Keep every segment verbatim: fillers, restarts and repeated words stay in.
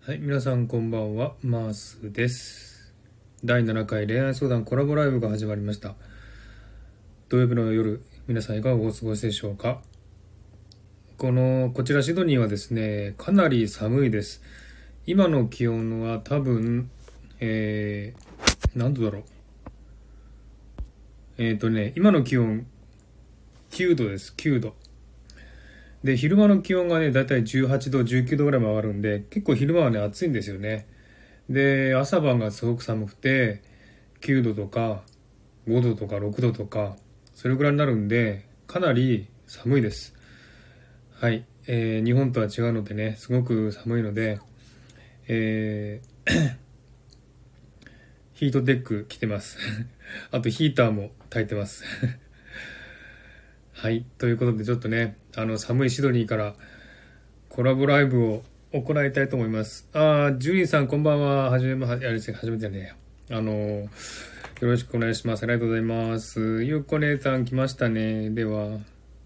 はい、皆さんこんばんは、マースです。だいななかい恋愛相談コラボライブが始まりました。土曜日の夜、皆さんいかがお過ごしでしょうか。この、こちらシドニーはですね、かなり寒いです。今の気温は多分、えー、何度だろう。えっとね、今の気温きゅうどです、きゅうど。で、昼間の気温がね、だいたいじゅうはちど、じゅうきゅうどぐらいも上がるんで、結構昼間はね、暑いんですよね。で、朝晩がすごく寒くて、きゅうどとかごどとかろくどとか、それぐらいになるんで、かなり寒いです。はい。えー、日本とは違うのでね、すごく寒いので、えー、ヒートテック着てます。あとヒーターも焚いてます。はい。ということでちょっとね、あの寒いシドニーからコラボライブを行いたいと思います。あー、ジュリーさんこんばんは。はじめま、はじめて、初めてね。あのー、よろしくお願いします。ありがとうございます。ゆうこ姉さん来ましたね。では、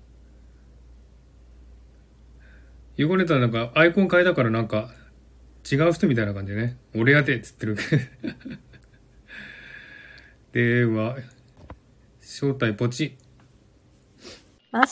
ゆうこ姉さんなんかアイコン変えたからなんか違う人みたいな感じでね。俺やでっつってる。では、正体ポチ。 ます。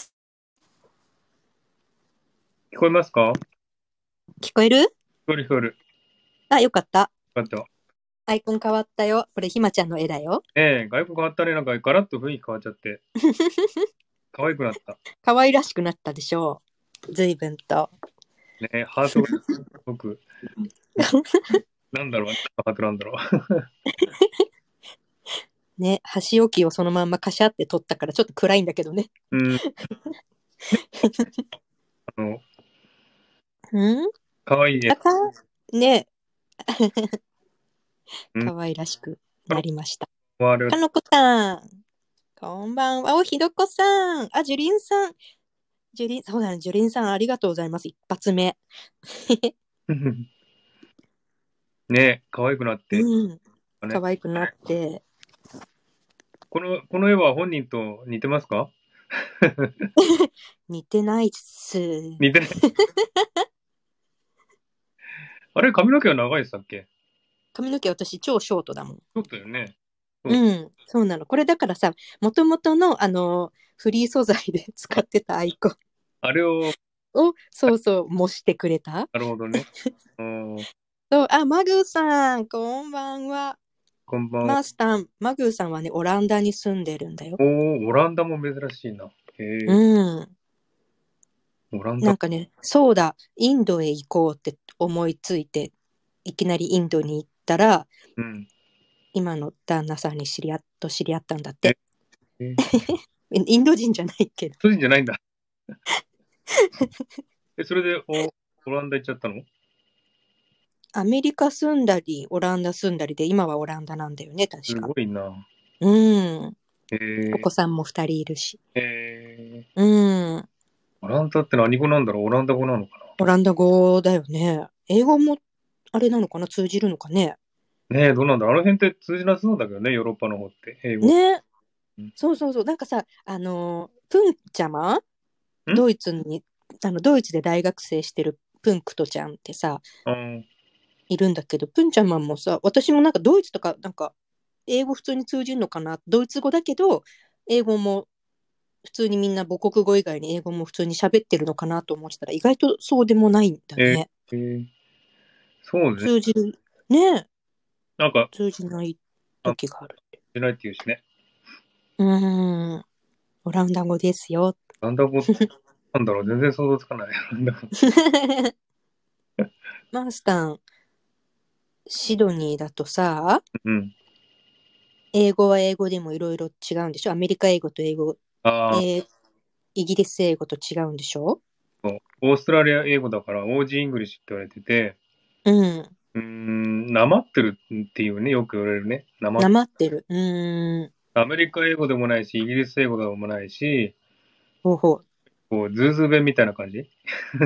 聞こえますか？ 聞こえる？ 聞こえる聞こえる。 あ、よかった。 よかったわ。 アイコン変わったよ。これひまちゃんの絵だよ。 ねえ、外国変わったね。なんかガラッと雰囲気変わっちゃって。可愛くなった。 可愛らしくなったでしょう。随分と。 ねえ、ハートがすごく、なんだろう、ハートなんだろう。 ね、箸置きをそのまんまカシャって取ったからちょっと暗いんだけどね。 うん、あの、 うん可愛い絵。 あかね、 うん、 可愛らしくあの、 なりました。 あれ、 かのこさん、こんばんは。お、ひどこさん。あ、ジュリンさん。ジュリン、そうだね、ジュリンさんありがとうございます。一発目。 ねえ、可愛くなって、 うん。 ね。 可愛くなって。 この、この絵は本人と似てますか？ 似てないっす。 似てない。あれ、髪の毛は長いでしたっけ？ 髪の毛私超ショートだもん。 そうだよね。そう。 うん、そうなの。これだからさ、もともとの、あの、フリー素材で使ってたアイコンあれを、 を、そうそう、模してくれた。 なるほどね。うん、 そう、あ、マグーさん、こんばんは。 こんばんは。 マスタン、マグーさんはね、オランダに住んでるんだよ。 おー、オランダも珍しいな。へえ、 うん。 オランダ。 なんかね、そうだ、インドへ行こうって思いついて、いきなりインドに行ったら、 うん。 今の旦那さんに知り合っと知り合ったんだっえ、 て。 え、 インド人じゃないけど。 個人じゃないんだ。え、それで、お、オランダ行っちゃったの？ アメリカ住んだり、オランダ住んだりで、今はオランダなんだよね、確か。 すごいな。 うん。 へえ、 お子さんも二人いるし。 へえ、 うん。 オランダって何語なんだろう？オランダ語なのかオランダ語だよね。英語も、あれなのかな、通じるのかね。 な？ねえ、どうなんだろう？あの辺って通じなそうだけどね、ヨーロッパの方って、英語。 ね。 うん。 そうそうそう。なんかさ、あのー、プンちゃまんドイツに、あの、ドイツで大学生してるプンクトちゃんってさ、 あー、 いるんだけど、プンちゃまもさ、私もなんかドイツとか、なんか、英語普通に通じるのかな。ドイツ語だけど、英語も普通にみんな母国語以外に英語も普通に喋ってるのかなと思ってたら、意外とそうでもないんだえね。 ー、えーそうね。 通じる。ねえ。 なんか、 通じないあんま時がある。 りないっていうしね。 うーん。オランダ語ですよ。 なんだこ、なんだろう、全然想像つかない。なんだこマスタン、シドニーだとさ、 うん。 英語は英語でもいろいろ違うんでしょ？アメリカ英語と英語、えああ、 ーイギリス英語と違うんでしょ？ そう。オーストラリア英語だから、オージーイングリッシュって言われてて、 うん。 うーん、なまってるっていうね、よく言われるね。なまっ、 なまってる。うーん。 アメリカ英語でもないし、イギリス英語でもないし、 ほうほう。 こう、ズーズー弁みたいな感じ。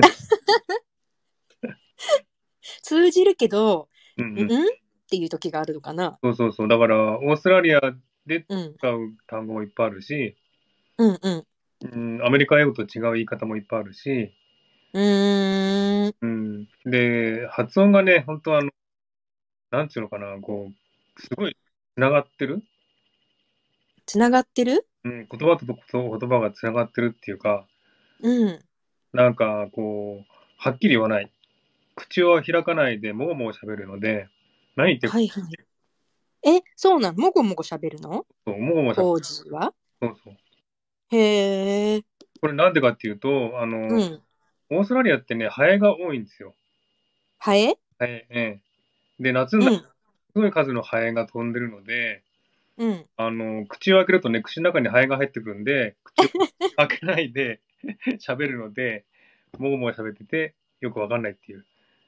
通じるけど、んんっうんうん。 ていう時があるのかな？ そうそうそう。だから、オーストラリアでうん。 使う単語もいっぱいあるし、 うんうん。 うん、アメリカ英語と違う言い方もいっぱいあるし、 うーん。 うん。で、発音がね、本当あの、なんていうのかな、こう、すごい繋がってる。 つながってる。 うん、言葉と言葉が繋がってるっていうか、 うん。 なんかこう、はっきり言わない。口を開かないでもごもご喋るので、何言ってるか、 はいはい。え、そうなの？もごもご喋るの？ もごもご喋る。 王子は？ そうそう。 へえ。 これなんでかっていうと、あの、 うん。 オーストラリアってね、ハエが多いんですよ。 ハエ？ ハエ、ええ。で、夏になるとうん。 すごい数のハエが飛んでるので、 うん。 あの、口を開けるとね、口の中にハエが入ってくるんで、口を開けないで喋るので、もごもご喋ってて、よくわかんないっていう。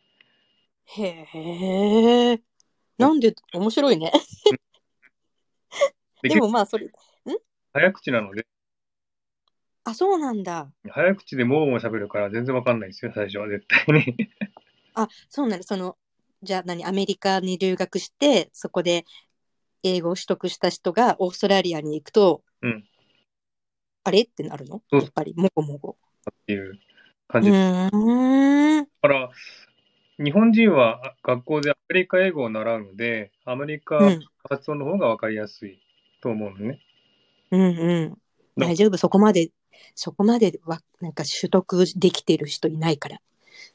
へえ。 そうなんで、面白いね。 で、 で結構もまあそれ、ん早口なので、 あ、そうなんだ。 早口でもごもご喋るから全然わかんないですよ、最初は絶対に。 あ、そうなんだ。その、じゃあ何、アメリカに留学して、そこで英語を取得した人がオーストラリアに行くと、 うん。 あれってなるの？ そうそうやっぱり、もごもご。 っていう感うじ。だーん。 から、日本人はあ学校でアメリカ英語を習うので、アメリカうん。 発音の方がわかりやすいと思うのね。 うんうん。 だ大丈夫。そこまで、そこまでは、なんか取得できてる人いないから。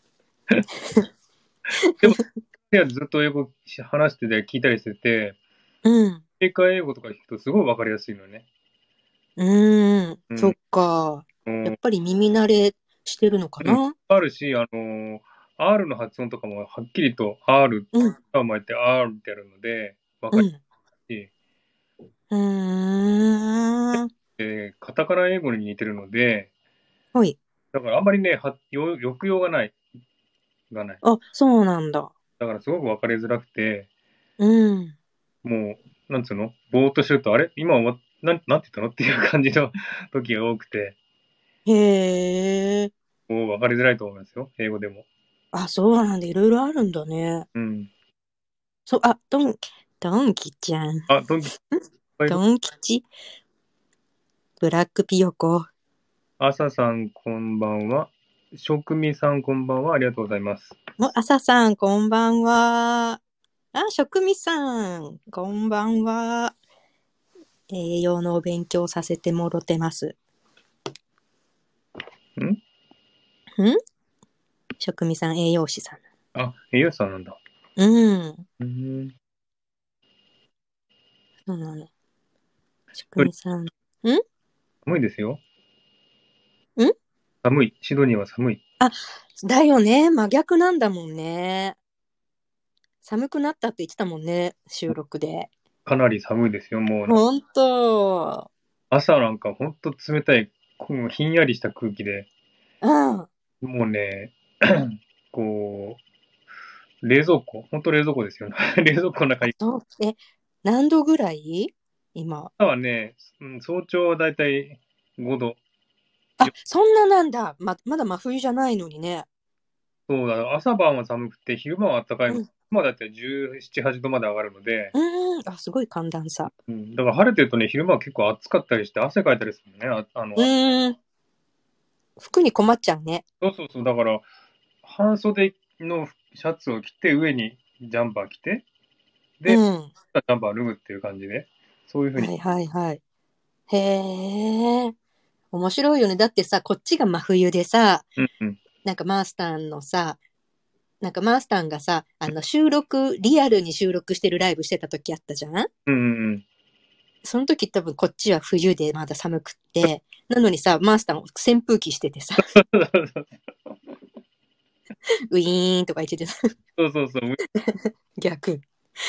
でも、ペアでずっと英語話してて聞いたりしてて、 うん。 アメリカ英語とか聞くとすごいわかりやすいのね。 うーん。 うん。 そっか。やっうん、 ぱり耳慣れしてるのかうん、 な？ あるし、あの、R の発音とかもはっきりと R うん。 を巻いて R ってやるので、わかりうん。 やすいし、 うーん。 で、カタカナ英語に似てるので、 はい。 だからあんまりね、はよ抑揚がない、がない。 あ、そうなんだ。 だからすごくわかりづらくて、 うん。 もう、なんつうのぼーっとしてると、あれ今は、なん、なんて言ったのっていう感じの時が多くて、 へえ。 もうわかりづらいと思いますよ。英語でも。 あ、そうなんだ。いろいろあるんだね。 うん。 そう、あ、ドン、ドンキちゃん。 あ、ドンキ、 ドン吉、ブラックピヨコ。 朝さんこんばんは。職味さんこんばんは。ありがとうございます。 も、朝さん、こんばんは。あ、職味さん、こんばんは。栄養のお勉強させてもろてます。 んん職味さん、栄養士さん。 あ、栄養士さんなんだ。 うん。 うん。 そうなの。職味さん。んん寒いですよ。寒い。シドニーは寒い。 あ、だよね。真逆なんだもんね。寒くなったって言ってたもんね。収録で。 かなり寒いですよ。もう、 ほんと。 朝なんかほんと冷たい、こうひんやりした空気で、 うん。 もうね、こう、冷蔵庫、ほんと冷蔵庫ですよね。冷蔵庫の中に。 そう。え、何度ぐらい今？ 朝はね、うん、早朝はだいたいごど。 あ、そんななんだ。ま、まだ真冬じゃないのにね。 そうだ、朝晩は寒くて、昼間は暖かいの。 うん。 今だってじゅうなな、はちどまで上がるので、 うーん。あ、すごい寒暖差。 うん、だから晴れてるとね、昼間は結構暑かったりして汗かいたりするのね。ああの、 うーん。服に困っちゃうね。 そうそうそう、だから、半袖のシャツを着て、上にジャンパー着て、 うで、ジん。 ャンパー脱ぐっていう感じで、そういうふうに。 はいはいはい。へえ。面白いよね。だってさ、こっちが真冬でさ、 うんうん。 なんかマースタンのさ、なんかマースタンがさ、あの収録、リアルに収録してるライブしてた時あったじゃん。 うんうんうん。 その時多分こっちは冬でまだ寒くって、なのにさ、マースタン扇風機しててさ、ウィーンとか言っててさ、 そうそうそう。 逆。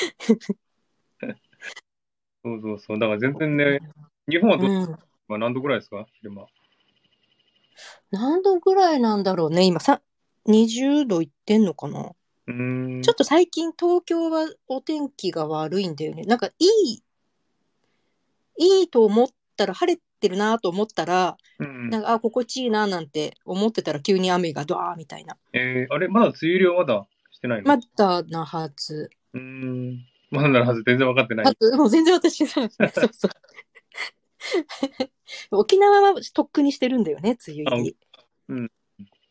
そうそうそう。だから全然ね、日本はど、 うん。 まあ、何度ぐらいですか昼間。 何度ぐらいなんだろうね。今さ、にじゅうどいってんのかな。 うーん。 ちょっと最近東京はお天気が悪いんだよね。なんかいい、いいと思ったら、晴れてるなと思ったら、 うんうん。 なんか、あ、心地いいななんて思ってたら急に雨がドワーみたいな。 えー、あれ、まだ梅雨入りはまだしてないの？ まだなはず。 うーん。まだなはず、全然分かってない。 あと、もう全然私さ、そうそう。沖縄はとっくにしてるんだよね、梅雨あ、 入り。 うん。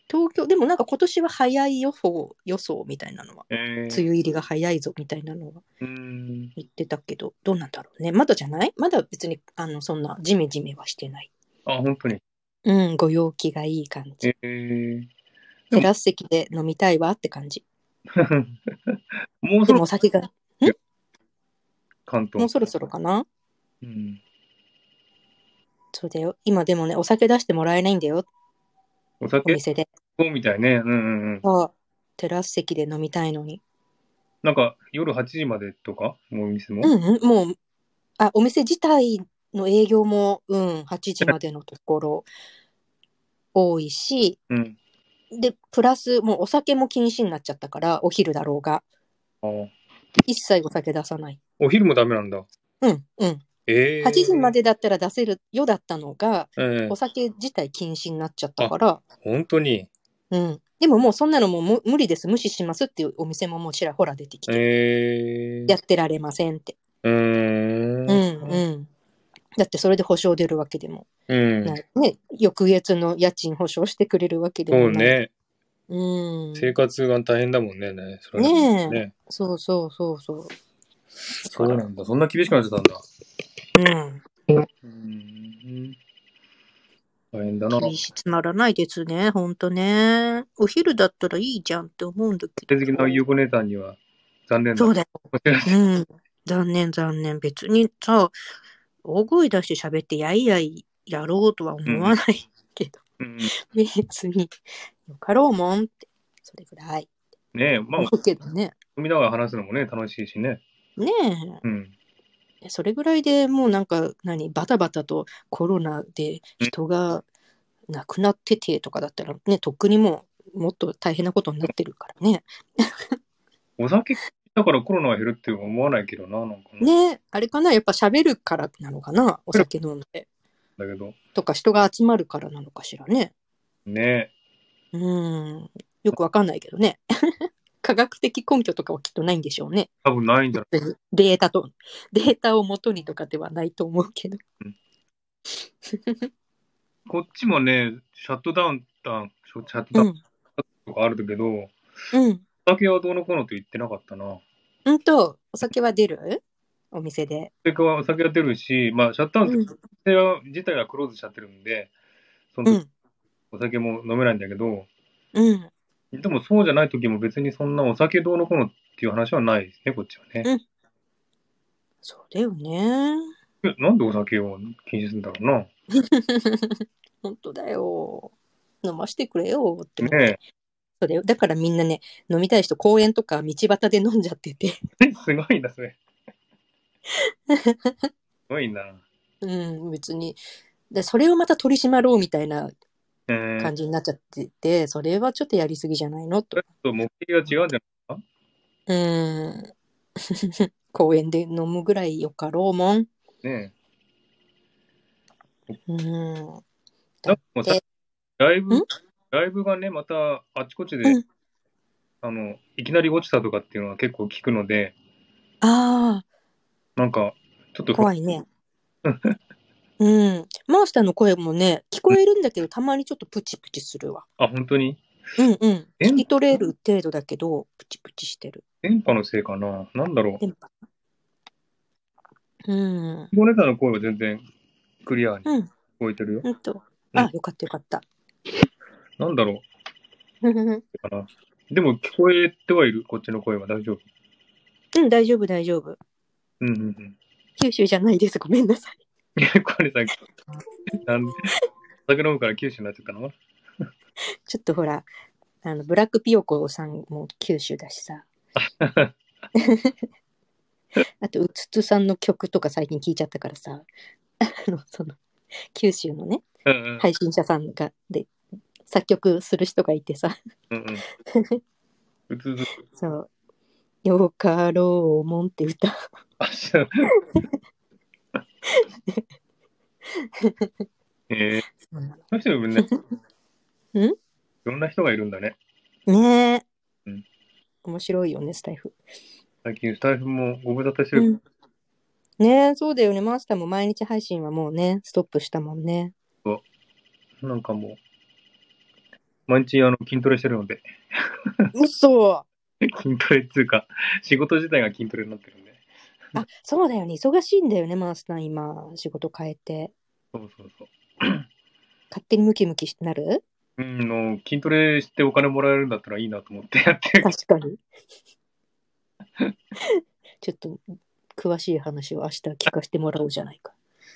東京、でもなんか今年は早い予報、予想みたいなのは、 え梅ー、 雨入りが早いぞみたいなのはうーん。 言ってたけど、どうなんだろうね。まだじゃないまだ別に、あの、そんなジメジメはしてない。 あ、本当に。 うん、ご陽気がいい感じ。 えー、でも、 テラス席で飲みたいわって感じ。 もうそろでもお酒が、んそろ関東。 もうそろそろかな。 うん。 そうだよ。今でもね、お酒出してもらえないんだよ。 お酒お店で。 そうみたいね。うんうんうん。 そう。テラス席で飲みたいのに。 なんか、夜はちじまでとかもうお店もうんうん、もう、あ、お店自体の営業も、うん、はちじまでのところ多いし、 うん。 で、プラス、もうお酒も禁止になっちゃったから、お昼だろうが。 あー、 一切お酒出さない。 お昼もダメなんだ。 うん、うん。はちじまえでだったら出せるよだったのが、 えー、えおー、 酒自体禁止になっちゃったあ、 から、 本当に。 うん。でももうそんなのもう無無理です。無視しますっていうお店ももうちらほら出てきて。 えー、 やってられませんって。 うーん。 うん、うん。だってそれで保証出るわけでもうん。 ない。ね。翌月の家賃保証してくれるわけでもない。 そうね。 うん。 生活が大変だもんね。ね、それはねえ。 ね。 そうそうそうそう。だから、 そうなんだ。そんな厳しくなってたんだ。 うん。 うーん。大変だな。 厳しい、つまらないですね。ほんとね。お昼だったらいいじゃんって思うんだけ成績のどさ。 優子姉さんには残念だ。 そうだよ。うん。残念残念。別にさ、大声出して喋ってやいやいやろうとはうんうん思わないけど、 うんうん。 別によかろうもんって、それぐらいねえ、まあ、 思うけどね。 飲みながら話すのもね、楽しいしね。 ねうん。 え。それぐらいでもうなんか、何、バタバタとコロナでうん。 人が亡くなっててとかだったらね、とっくにもうもっと大変なことになってるからね。 お酒だからコロナが減るって思わないけどな、なんかな。 ねえ、あれかな、やっぱ喋るからなのかな、お酒飲んで。 だけど、 とか人が集まるからなのかしらね。 ねうーん。よくわかんないけどね。科学的根拠とかはきっとないんでしょうね。 多分ないんじゃ別にデータと、データを元にとかではないと思うけど。 ない。うん、こっちもね、シャットダウン、あシャットダウンうん。 とかあるけど、おうん。 酒はどうのこうのと言ってなかったな。 うんと、お酒は出るお店で。 それからお酒は出るし、まあ、シャットダウンってうん。 店は自体はクローズしちゃってるんで、その時うん。 お酒も飲めないんだけど、 うん。 でもそうじゃない時も別にそんなお酒どうのこうのっていう話はないですね、こっちはね。 うん。そうだよね。 え、なんでお酒を禁止するんだろうな。 本当だよ。飲ましてくれよって思って。 ねそうだよ。だからみんなね、飲みたい人公園とか道端で飲んじゃってて。 え、すごいな、それ。すごいな。 うん、別に。で、それをまた取り締まろうみたいなえー、 感じになっちゃってて、それはちょっとやりすぎじゃないのと。 ちょっと目的が違うんじゃないですか。 うーん。公園で飲むぐらいよかろうもん。 ねうーん。 え。 だっなんかもうさ、 て、 ライブ、 んライブがね、またあちこちで、 うん。 あの、いきなり落ちたとかっていうのは結構聞くので、 ああ、 なんか、ちょっと不安。 怖いね。うん。マースターの声もね、聞こえるんだけど、たまにちょっとプチプチするわ。 あ、本当にうんうん。聞電、 き取れる程度だけど、プチプチしてる。 電波のせいかな。なんだろ電波。うん。 う。お姉さんの声は全然クリアに聞うん。 こえてるよ。 ほんと。あ、 うん。 よかったよかった。 なんだろうん、 うかな。でも聞こえてはいる。こっちの声は大丈夫。 大丈夫大丈夫。 うんうんうん。 九州じゃないです。ごめんなさい。 これさ、なんで、お酒飲むから九州になっちゃったの。 ちょっとほら、あの、ブラックピヨコさんも九州だしさ。あと、うつつさんの曲とか最近聞いちゃったからさ。あの、その、九州のね、 うんうん。 配信者さんが、で、作曲する人がいてさ。 うんうん。うつうつ。 そう。よかろうもんって歌。 あ、知らない。えー、 そうなの。 そういう人もね、 んいろんな人がいるんだね。 ねえ。 うん。 面白いよね、スタイフ。 最近スタイフもご無沙汰してる。 うん。ねえ、そうだよね。マスターも毎日配信はもうね、ストップしたもんね。 となんかも毎日あの筋トレしてるので。 嘘。 筋トレっていうか、仕事自体が筋トレになってるんで。 あ、そうだよね。忙しいんだよね、マースター今、仕事変えて。 そうそうそう。 勝手にムキムキしてなる？ うん、の筋トレしてお金もらえるんだったらいいなと思ってやってる。 確かに。ちょっと、詳しい話を明日聞かせてもらおうじゃないか。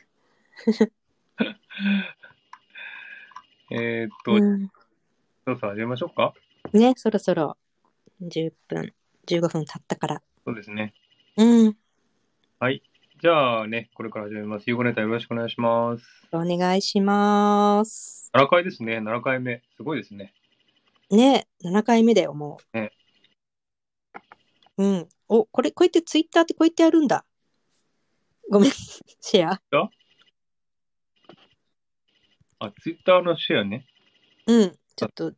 えーっと、 うん。 そうそう、始めましょうか。 ね、そろそろじゅっぷん、じゅうごふん経ったから。 そうですね。 うん。 はい。じゃあね、これから始めます。ゆうごネタよろしくお願いします。 お願いします。 ななかいですね。ななかいめ。すごいですね。 ね、ななかいめだよ、もね。 う。うん。お、これ、こうやってツイッターってこうやってやるんだ。ごめん、シェア。 あ、あ、ツイッターのシェアね。 うん。ちょっと、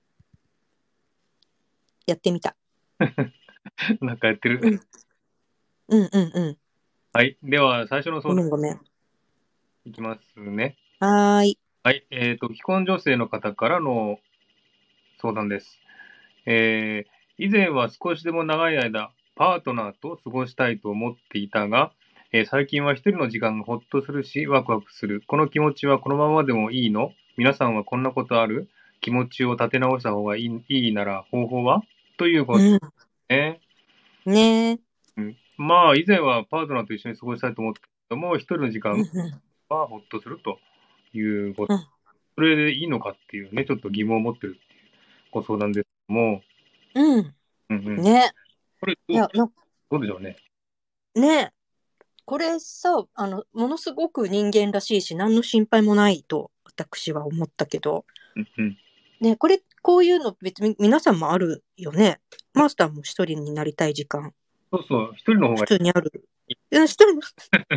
やってみた。 なんかやってる。 うん。うんうんうん。 はい。では、最初の相談ごめんごめん。 いきますね。 はーい。 はい。えっと、既婚女性の方からの相談です。えー以前は少しでも長い間、パートナーと過ごしたいと思っていたが、えー最近は一人の時間がほっとするし、ワクワクする。この気持ちはこのままでもいいの？皆さんはこんなことある？気持ちを立て直した方がいい、いいなら方法は？ということうん。 ね。 ねえ。 うん、まあ、以前はパートナーと一緒に過ごしたいと思ったけども、一人の時間うんうんはほっとするということ。 うんそれでいいのかっていうね、ちょっと疑問を持ってるっていうご相談ですけども、 うんうんうん。 ね。 これどう、 いや、な、 どうでしょうね。 ね。これさ、あの、ものすごく人間らしいし、何の心配もないと私は思ったけど、 うんうん。 ね、これ、こういうの別に皆さんもあるよね。マスターも一人になりたい時間、 そうそう、一人の方普がい通にある。 い。 いや、一人の、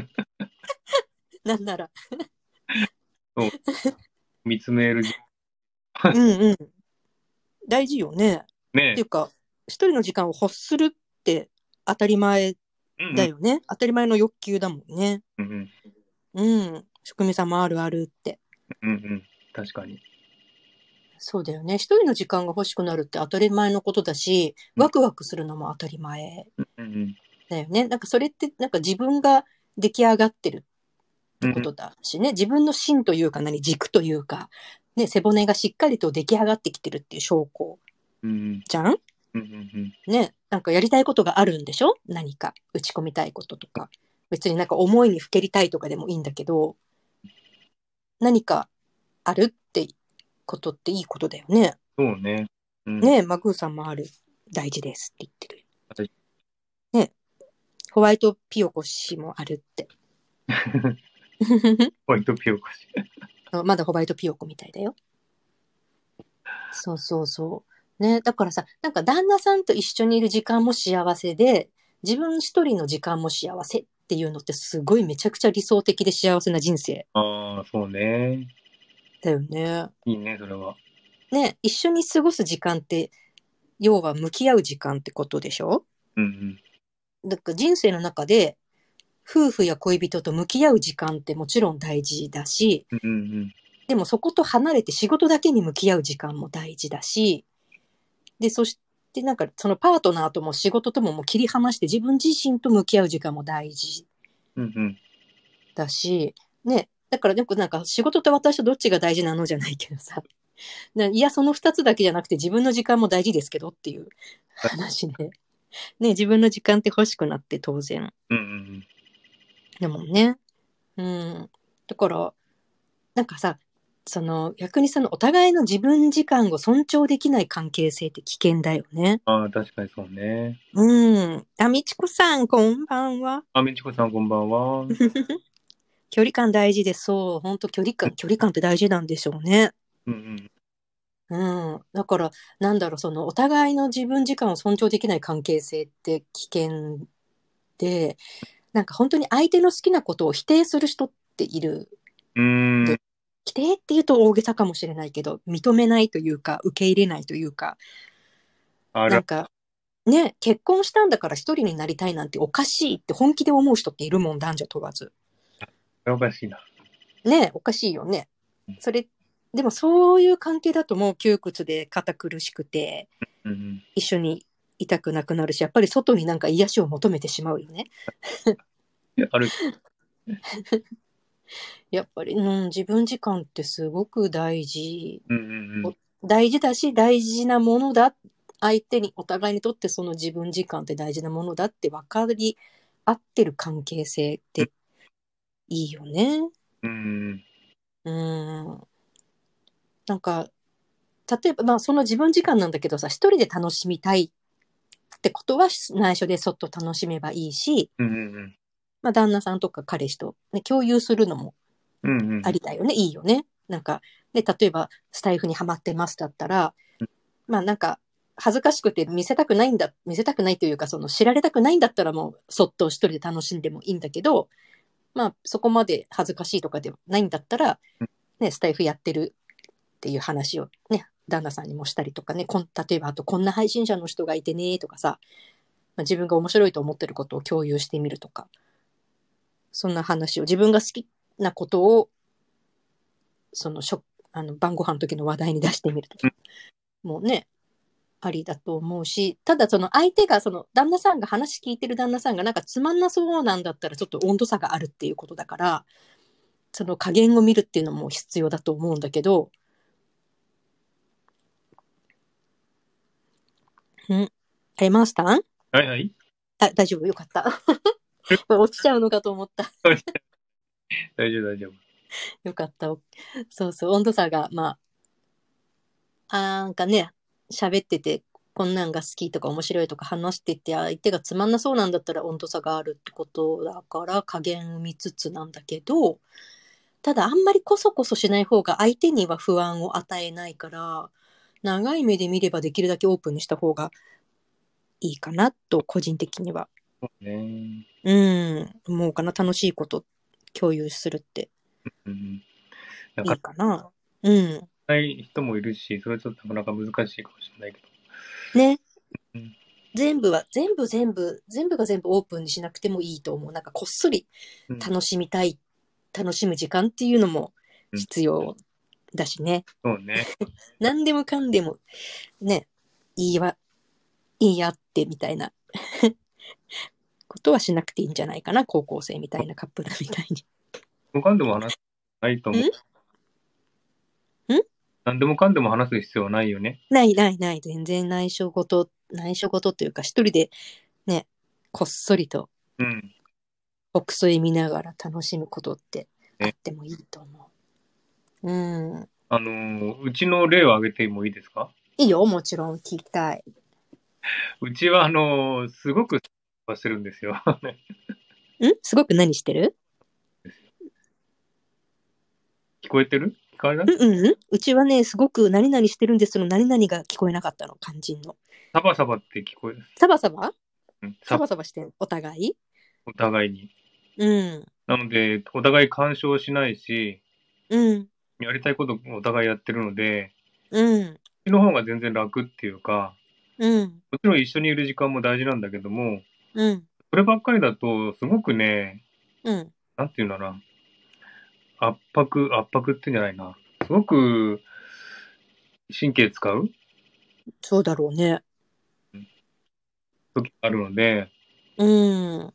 なんなら。 そう、見つめる時うんうん。大事よね。 間ね。 っていうか、一人の時間を欲するって当たり前うんうん。 だよね。当たり前の欲求だもんね。 うんうん。職人さんもあるあるって。 うん。うんうん。確かに。 そうだよね。一人の時間が欲しくなるって当たり前のことだし、 うんワクワクするのも当たり前うんだよね。なんかそれってなんか自分が出来上がってるってうん。うんことだしね。自分の芯というか何、軸というか、ね、背骨がしっかりと出来上がってきてるっていう証拠うんじゃんうんうんね。なんかやりたいことがあるんでしょ？何か打ち込みたいこととか。別になんか思いにふけりたいとかでもいいんだけど、何かあるってことっていいことだよね。 そうね。うん。 ねえ、マグーさんもある。大事ですって言ってる。 私ねえ、ホワイトピヨコ氏もあるって。 ホワイトピオコシ。 まだホワイトピヨコみたいだよ。そうそうそう。ね、だからさ、なんか旦那さんと一緒にいる時間も幸せで、自分一人の時間も幸せっていうのってすごいめちゃくちゃ理想的で幸せな人生ああ、そうね。 だよね。 いいね、それは。 ね、一緒に過ごす時間って、要は向き合う時間ってことでしょ？ うんだから人生の中で、夫婦や恋人と向き合う時間ってもちろん大事だし、 うん。うんうんでもそこと離れて仕事だけに向き合う時間も大事だし、で、そしてなんかそのパートナーとも仕事とももう切り離して自分自身と向き合う時間も大事うん。うんだし、ね、だからよくなんか仕事と私とどっちが大事なのじゃないけどさ、いや、その二つだけじゃなくて自分の時間も大事ですけどっていう話で、ね、自分の時間って欲しくなって当然。 うんうんでもね、うん。だから、なんかさ、その逆にそのお互いの自分時間を尊重できない関係性って危険だよね。 ああ、確かにそうね。 うん。あ、みちこさん、こんばんは。 あ、みちこさんこんばんは。 距離感大事です。そう。本当距離感、距離感って大事なんでしょうね。 うんうんうん。だから、なんだろう、そのお互いの自分時間を尊重できない関係性って危険で、なんか本当に相手の好きなことを否定する人っている。 うーん。 で、否定って言うと大げさかもしれないけど、認めないというか、受け入れないというか、 あら、 なんか、ね、結婚したんだから一人になりたいなんておかしいって本気で思う人っているもん、男女問わず。 おかしいな。 ね、おかしいよね。それ、 でもそういう関係だともう窮屈で堅苦しくて、 うんうん、 一緒にいたくなくなるし、やっぱり外になんか癒しを求めてしまうよね。 ある。 やっぱり、うん、自分時間ってすごく大事。 うんうんうん、 大事だし、大事なものだ。相手に、お互いにとってその自分時間って大事なものだって分かり合ってる関係性っていいよね。 うんうん。なんか、例えば、まあその自分時間なんだけどさ、一人で楽しみたいってことは内緒でそっと楽しめばいいし、 うんうんまあ旦那さんとか彼氏と、ね、共有するのもうんうんうんありだよね。いいよね。なんか、で、例えばスタイフにハマってますだったら、まあなんか、恥ずかしくて見せたくないんだ、見せたくないというか、その知られたくないんだったらもうそっと一人で楽しんでもいいんだけど、まあそこまで恥ずかしいとかではないんだったら、ね、スタイフやってるっていう話をね、旦那さんにもしたりとかね、こん例えばあとこんな配信者の人がいてねとかさ、まあ、自分が面白いと思ってることを共有してみるとか、そんな話を自分が好きなことを、そのしょあの晩ご飯の時の話題に出してみるとか、もうね、ありだと思うし、ただその相手が、その旦那さんが話聞いてる旦那さんがなんかつまんなそうなんだったらちょっと温度差があるっていうことだから、その加減を見るっていうのも必要だと思うんだけど、んあれマスターんはいはい。 あ、大丈夫よかった。落ちちゃうのかと思った。 大丈夫大丈夫。 よかった。そうそう、温度差が、まあ、なんかね、喋ってて、こんなんが好きとか面白いとか話してて、相手がつまんなそうなんだったら温度差があるってことだから加減を見つつなんだけど、ただあんまりこそこそしない方が相手には不安を与えないから、長い目で見ればできるだけオープンにした方がいいかなと、個人的には。 そうね。 うん、思うかな。楽しいこと共有するってうん。なかいいかな。うん。 なかない人もいるし、それはちょっとなかなか難しいかもしれないけど。 ね。 うん。 全部は、全部全部、全部が全部オープンにしなくてもいいと思う。なんかこっそりうん。 楽しみたい、楽しむ時間っていうのもうん。 必要だしね。 そうね。 何でもかんでもね、いいわ、いいやってみたいなことはしなくていいんじゃないかな。高校生みたいなカップルみたいに。 もうかんでも話すないと思う。 んん何でもかんでも話す必要はないよね。 ないないない。全然内緒ごと、内緒ごとっていうか、一人でね、こっそりとうん。 北斎見ながら楽しむことってあっね、 てもいいと思う。うん。 あのーうちの例を挙げてもいいですか？ いいよ、もちろん聞きたい。 うちは、あのーすごくしてるんですよ。 んすごく何してる聞こえてる？聞こえない？ うんうんうん。うちはね、すごく何々してるんですの何々が聞こえなかったの、肝心の。 サバサバって聞こえる。 サバサバうん、サバ、 サバサバしてんお互いお互いに。 うん。 なので、お互い干渉しないし、 うん。 やりたいことお互いやってるので、 うん。 うちの方が全然楽っていうか、 うん。 もちろん一緒にいる時間も大事なんだけども、 うん。 そればっかりだと、すごくね、 うん。 なんていうんだな、圧迫、圧迫ってんじゃないな。すごく神経使うそうだろうね。 時があるので、 うん。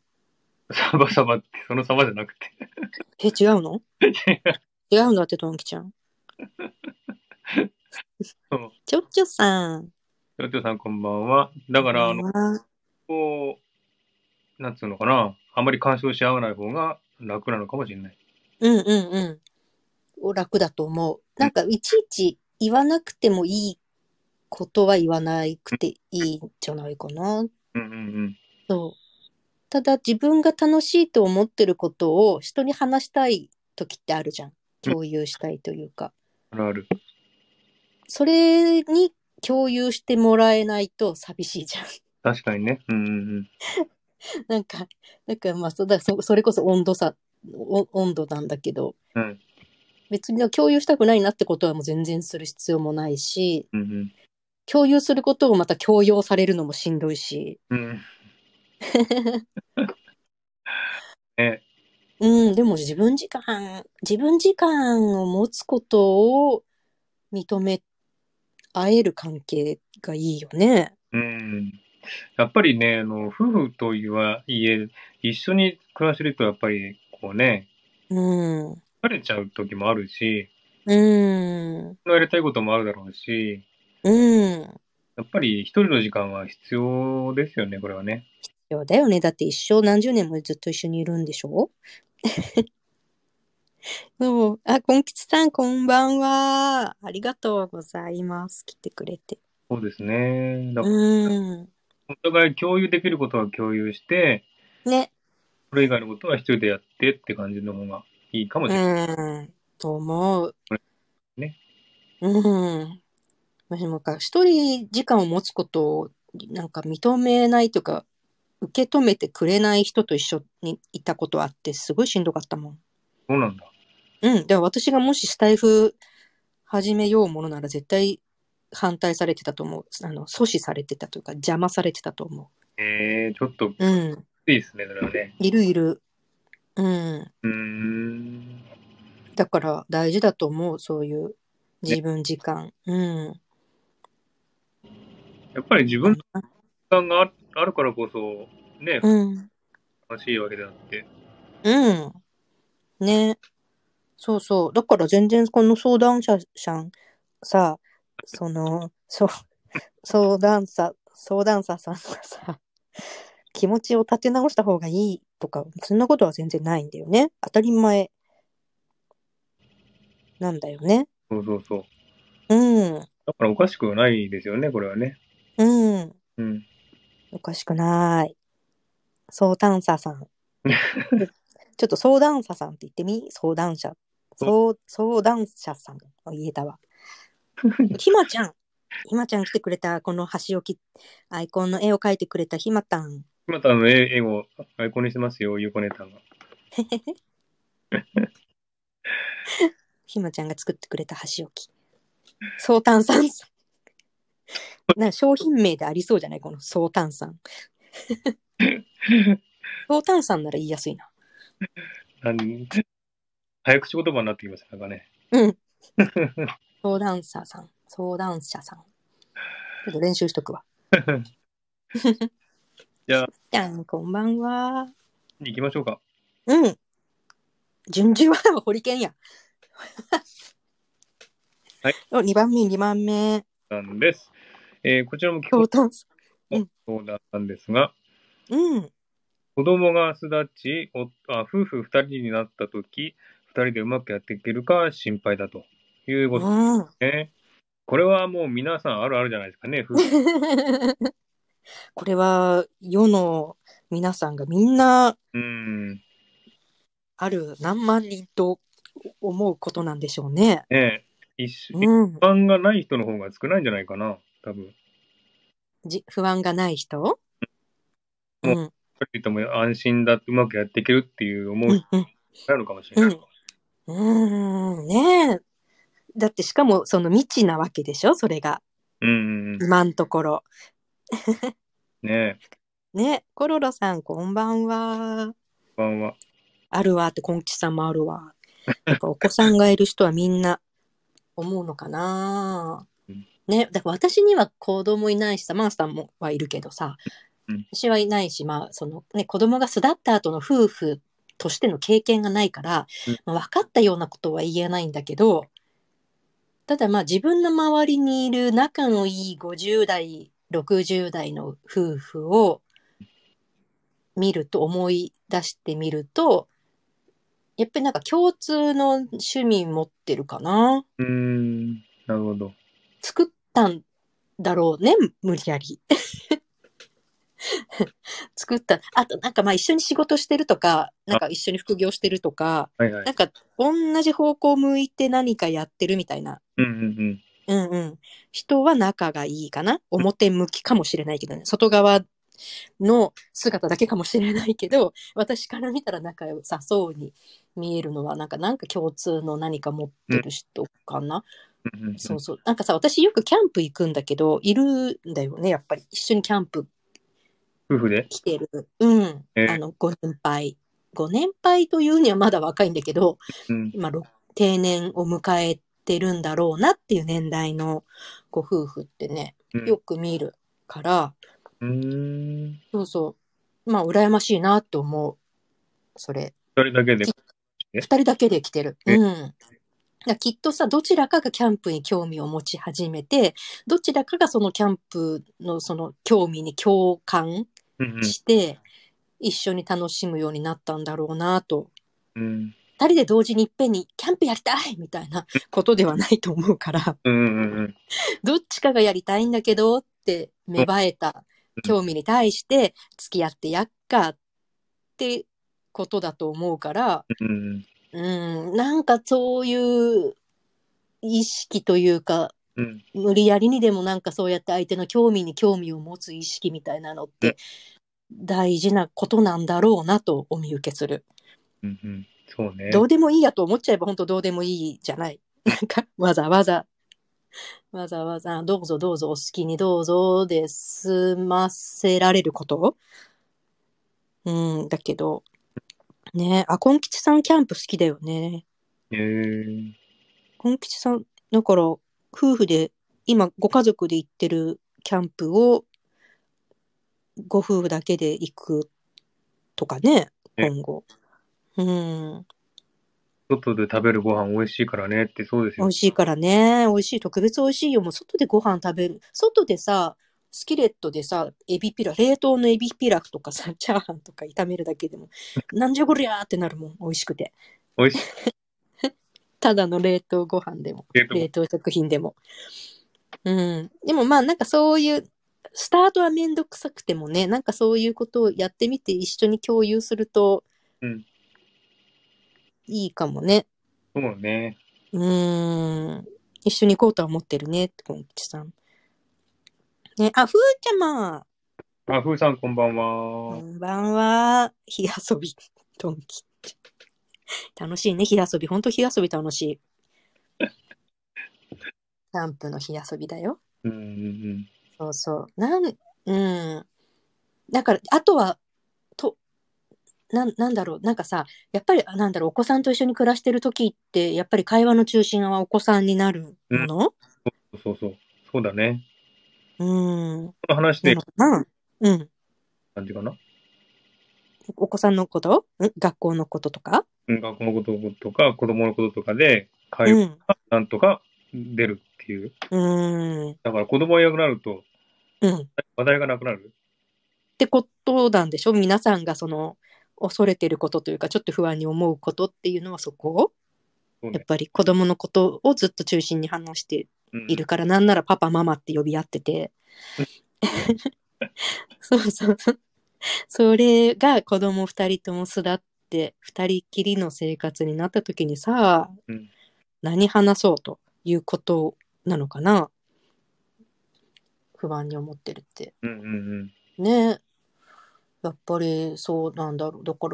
サバサバってそのサバじゃなくて。 え、違うの違うんだって、トンキちゃん。 そう。 ちょっちょさん。 ちょうちょさんこんばんは。だから、あの、 こんばんは。 こう、なんつうのかな、あまり干渉し合わない方が楽なのかもしれない。 うんうんうん。楽だと思う。 うん、 なんか、いちいち言わなくてもいいことは言わなくていいんじゃないかな。 うんうんうん。 そう。ただ自分が楽しいと思ってることを人に話したい時ってあるじゃん。 うん、 共有したいというか。 あるある。 それに共有してもらえないと寂しいじゃん。 確かにね。うんうんうん。 なんか、なんかまあそ、だそそれこそ温度差、お温度なんだけど、 うん。 別に共有したくないなってことはもう全然する必要もないし、 うん共有することをまた強要されるのもしんどいし。 うん。うん。ね。 うん、でも自分時間、自分時間を持つことを認め合える関係がいいよね。 うん。やっぱりね、あの、夫婦とはいえ、一緒に暮らしてるとやっぱり、こうね、 うん。 疲れちゃう時もあるし、 うん。 やりたいこともあるだろうし、 うん。 やっぱり一人の時間は必要ですよね、これはね。 そうだよね。だって一生何十年もずっと一緒にいるんでしょ？そう。あ、こんきちさん、こんばんは。ありがとうございます。来てくれて。 そうですね。だうからーん。 お互い共有できることは共有して、 ね。 それ以外のことは一人でやってって感じの方がいいかもうしれーん。と思う。 ないね。 うん。私もか、一人時間を持つことを、なんか認めないというか、受け止めてくれない人と一緒にいたことあって、すごいしんどかったもん。 そうなんだ。 うん。では私がもしスタイフ始めようものなら絶対反対されてたと思う。あの、阻止されてたというか、邪魔されてたと思えー、ちょっと、 う。うん。 いいですね、それはね。 いるいる。うん。 うーん。 だから大事だと思う。そういうね、 自分時間。うん。 やっぱり自分の時間がああるからこそ、ね、 うん。 楽しいわけであって。 うん。ね。そうそう。だから全然この相談者さん、さ、その、そう、相談者、相談者さんがさ、気持ちを立て直した方がいいとか、そんなことは全然ないんだよね。当たり前なんだよね。 そうそうそう。 うん。 だからおかしくはないですよね、これはね。 うん。 うん。 おかしくない。相談者さん。ちょっと相談者さんって言ってみ？相談者。 そう相、相談者さん。あ、言えたわ。ひまちゃん。ひまちゃん来てくれた。この箸置き、アイコンの絵を描いてくれたひまたん。 またあの絵絵をアイコンにしてますよ、ゆうこねたんが。 ひまちゃんが作ってくれた箸置き。相談さん。な商品名でありそうじゃない？この相談さん。相談さんなら言いやすいな。 なん早口言葉になってきました、なんかね。 うん。相談者さん。相談者さん。ちょっと練習しとくわ。 じゃあ、 じゃん、こんばんは。 行きましょうか。 うん。順次はホリケンや。 はい。 お、にばんめ、にばんめ。 なんです。えーこちらも基本相談者。うのん。 相談なんですが、 うん。 子供が巣立ち、おあ夫婦二人になったとき、二人でうまくやっていけるか心配だということうん。 ですね。これはもう皆さんあるあるじゃないですかね、夫婦。 これは世の皆さんがみんなうん。 ある何万人と思うことなんでしょうね。 ねえ、一緒うん。 不安がない人の方が少ないんじゃないかな、多分。 じ不安がない人。うもう、 ん。 二人とも安心だってうまくやっていけるっていう思う人うん。うん。 があるのかもしれない。 うん。うーん。ねえ。だってしかもその未知なわけでしょそれが。 うんうんうん。 今んところ。 ねえ、 ね。コロロさんこんばんは。 不安は。 あるわって、こんちさんもあるわ。やっぱお子さんがいる人はみんな思うのかな。 うんね。だから私には子供いないしさ、マースさんもはいるけどさ、 うん。 私はいないし、まあ、そのね、子供が巣立った後の夫婦としての経験がないから、 うんまあ、分かったようなことは言えないんだけど、ただまあ自分の周りにいる仲のいいごじゅう代、ろくじゅう代の夫婦を見ると、思い出してみると、やっぱりなんか共通の趣味持ってるかな。 うーん、なるほど。 作ったんだろうね、無理やり。作った。あと、なんかまあ一緒に仕事してるとか、なんあ、 か一緒に副業してるとか、 はいはい。 なんか同じ方向向いて何かやってるみたいな。 うんうんうんうん。人は仲がいいかな。表向きかもしれないけどね。外側の姿だけかもしれないけど、私から見たら仲良さそうに見えるのは、なんか、なんか共通の何か持ってうん。 る人かな。 うんうんうん。 そうそう。なんかさ、私よくキャンプ行くんだけど、いるんだよね、やっぱり。一緒にキャンプ夫婦で。 来てる。うん。 えーあの、ご年配。ご年配というにはまだ若いんだけど、 うん。 今、ろ定年を迎えてるんだろうなっていう年代のご夫婦ってね、 うん。 よく見るから、 うーん。 そうそう。まあ、羨ましいなって思う。それ。 二人だけできえ二人だけで来てる。 えうん。だからきっとさ、どちらかがキャンプに興味を持ち始めて、どちらかがそのキャンプのその興味に共感うんして、一緒に楽しむようになったんだろうなと。 うん。うん二人で同時にいっぺんにキャンプやりたいみたいなことではないと思うから、 うんうんうん。 どっちかがやりたいんだけどって芽生えた興味に対して付き合ってやっかってことだと思うから、 うんうん、なんかそういう意識というか、 うん。 無理やりにでもなんかそうやって相手の興味に興味を持つ意識みたいなのって大事なことなんだろうなとお見受けする。 うんうん。そうね。 どうでもいいやと思っちゃえば本当どうでもいいじゃない。なんかわざわざ、わざわざどうぞどうぞお好きにどうぞで済ませられること。うん、だけど、ね、あ、こんきちさんキャンプ好きだよね。 へえ。 こんきちさん、だから夫婦で今ご家族で行ってるキャンプをご夫婦だけで行くとかね、 え今後。うん。 外で食べるご飯美味しいからねってそうですよ。 美味しいからね。美味しい。特別美味しいよ。もう外でご飯食べる。外でさ、スキレットでさ、エビピラフ、冷凍のエビピラフとかさ、チャーハンとか炒めるだけでも、なんじゃこりゃーってなるもん。美味しくて。 美味しただの冷凍ご飯でも、 いとこ。 冷凍食品でも。うん。でもまあなんかそういう、スタートはめんどくさくてもね、なんかそういうことをやってみて一緒に共有するとうん。 いいかもね。 そうね。 うーん。一緒に行こうとは思ってるね、こんきちさん。ね、あ、ふーちゃま。 あ、ふーさんこんばんこは。 んばんは。火遊び、ドンキ。楽しいね、火遊び。ほんと火遊び楽しい。キャンプの火遊びだよ。 うんうんそうそう。なん、うん。だから、あとは、と、なん、なんだろう。なんかさ、やっぱり、あなんだろう、お子さんと一緒に暮らしてる時って、やっぱり会話の中心はお子さんになるうん。うん。 もの。 そうそう。そうだね。 うん。 この話でなのかな。うん。 感じかな。 お子さんのこと、ん学校のこととか。 うん、学校のこととか、子供のこととかで、会話うん。 がなんとか出るっていう。 うん。 だから子供がいなくなると、 うん。 話題がなくなる。 ってことなんでしょ、皆さんがその恐れてることというかちょっと不安に思うことっていうのはそこ、 そうね。 やっぱり子供のことをずっと中心に話してうん。 いるから、なんならパパママって呼び合ってて、そうそうそう、それが子供二人とも巣立って二人きりの生活になった時にさ、 うん。 何話そうということなのかな、不安に思ってるって。 うんうんね、やっぱりそうなんだろう。だから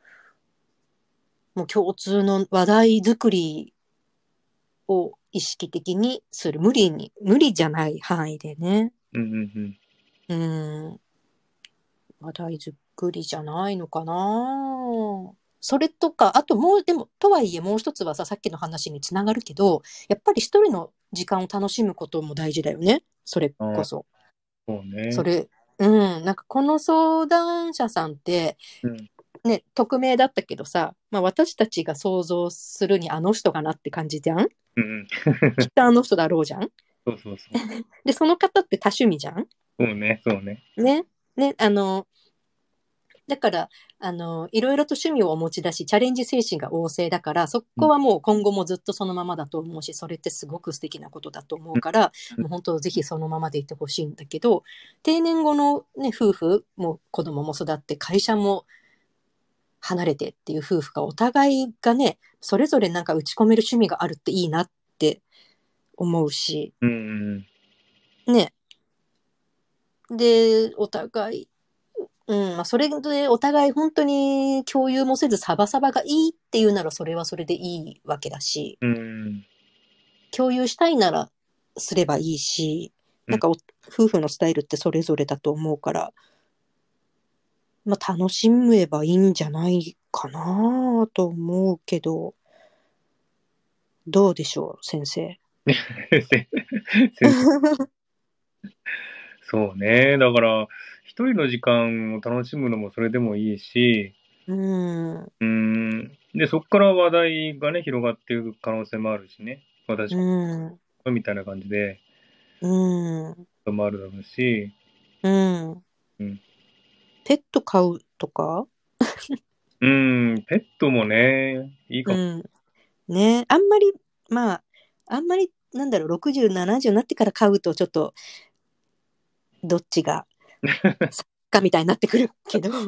もう共通の話題作りを意識的にする。無理に、無理じゃない範囲でね。 うん。うんうんうん。話題作りじゃないのかな。それとか、あともう、でも、とはいえもう一つはさ、さっきの話につながるけど、やっぱり一人の時間を楽しむことも大事だよね。それうん。ああ、 こそ。 そうね。 それ、うん。なんかこの相談者さんって、 うん。 ね、匿名だったけどさ、まあ私たちが想像するにあの人かなって感じじゃん。 うんうん。 きっとあの人だろうじゃん。 そうそうそう。 で、その方って多趣味じゃんそうね、そうね。 ね。ね、あの、だから、あの、いろいろと趣味をお持ちだし、チャレンジ精神が旺盛だから、そうん。 こはもう今後もずっとそのままだと思うし、それってすごく素敵なことだと思うから、もう本当ぜひそのままでいてほしいんだけど、定年後のね、夫婦も子供も育って会社も離れてっていう夫婦がお互いがね、それぞれなんか打ち込める趣味があるっていいなって思うし、 うんうんね。で、お互い、うん、まあ、それでお互い本当に共有もせずサバサバがいいっていうならそれはそれでいいわけだし、 うん。うん共有したいならすればいいし、 うん。 なんかお夫婦のスタイルってそれぞれだと思うから、まあ、楽しめばいいんじゃないかなと思うけど、 どうでしょう、先生。 先生そうね。だから、一人の時間を楽しむのもそれでもいいし、 うん。 うーん。で、そこから話題がね、広がっていく可能性もあるしね。私うん。 みたいな感じで、 うん。 もあるだろうし、 うん。 うん。 ペット飼うとか。 うーん、ペットもね、いいかも。 うん。ね、あんまり、まあ、あんまり、なんだろう、ろくじゅう、ななじゅうになってから飼うと、ちょっと、どっちが、かみたいになってくるけど、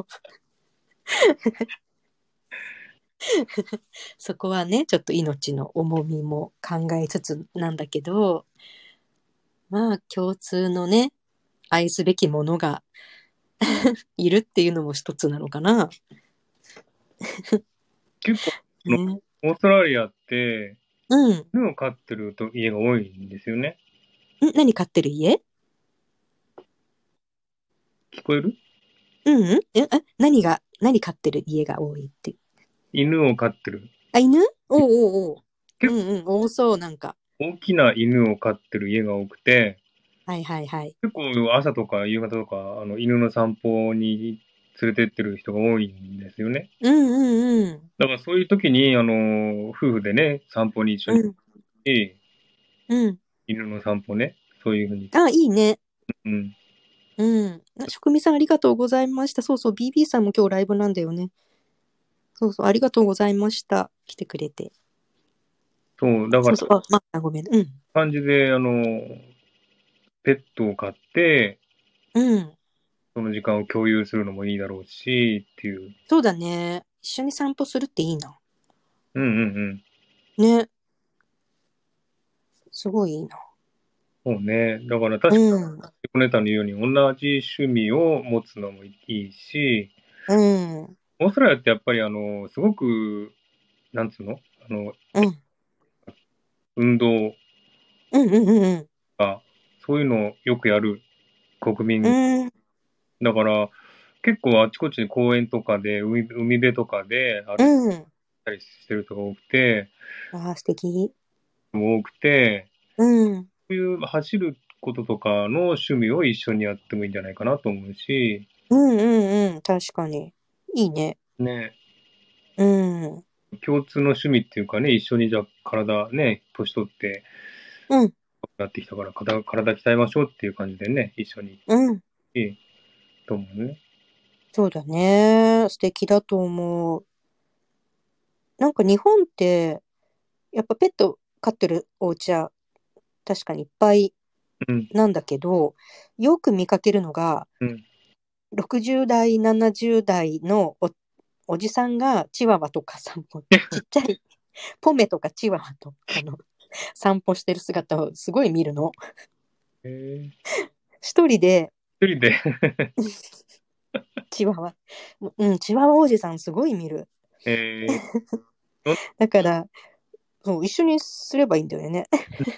そこはね、ちょっと命の重みも考えつつなんだけど、まあ、共通のね、愛すべきものがいるっていうのも一つなのかな。 結構、あのね、 オーストラリアって、 うん。 犬を飼ってると家が多いんですよね。 ん何飼ってる家？ 聞こえる？ うんうんえ、あ何が、何飼ってる家が多いって。 犬を飼ってる。 あ、犬おうおうおう。う結構んうん、多そう、なんか。 大きな犬を飼ってる家が多くて、 はいはいはい。 結構朝とか夕方とか、あの、犬の散歩に連れてってる人が多いんですよね。 うんうんうん。 だからそういう時に、あの、夫婦でね、散歩に一緒にうん行って、 うん。 犬の散歩ね、そういうふうに。 あ、いいね。 うん。 うん。あ職味さんありがとうございました。そうそう、ビービー さんも今日ライブなんだよね。そうそう、ありがとうございました。来てくれて。 そう、だから、 そうそう、あ、まあ、ごめん。うん。 感じで、あの、ペットを飼って、 うん。 その時間を共有するのもいいだろうし、っていう。 そうだね。一緒に散歩するっていいな。 うんうんうん。 ね。すごいいいな。 そうね。だからう確かん。 に、コネタの言うように同じ趣味を持つのもいいし、 うん。 オーストラリアってやっぱりあの、すごく、なんつうのあの、 うん。 運動うんうんうんが、そういうのをよくやる国う民。 ん。うん。 だから、結構あちこちに公園とかで、海、海辺とかで歩いうん。 たりしてる人が多くて、 ああ、素敵。 多くて、 うん。 そういう走ることとかの趣味を一緒にやってもいいんじゃないかなと思うし、 うんうんうん。確かに。いいね。 ね、 うん。 共通の趣味っていうかね、一緒にじゃあ体ね、年取ってうん。 なってきたから体、体鍛えましょうっていう感じでね、一緒にうん。 いいと思うね。 そうだね。素敵だと思う。なんか日本って、やっぱペット飼ってるお家は確かにいっぱいうん、 なんだけど、よく見かけるのが、 うん。 ろくじゅう代、ななじゅう代のお、おじさんがチワワとか散歩、ちっちゃいポメとかチワワとかの散歩してる姿をすごい見るの。 えー、 一人で一人でチワワ、うん、チワワおじさんすごい見る。 えー、 だから、そう、一緒にすればいいんだよね。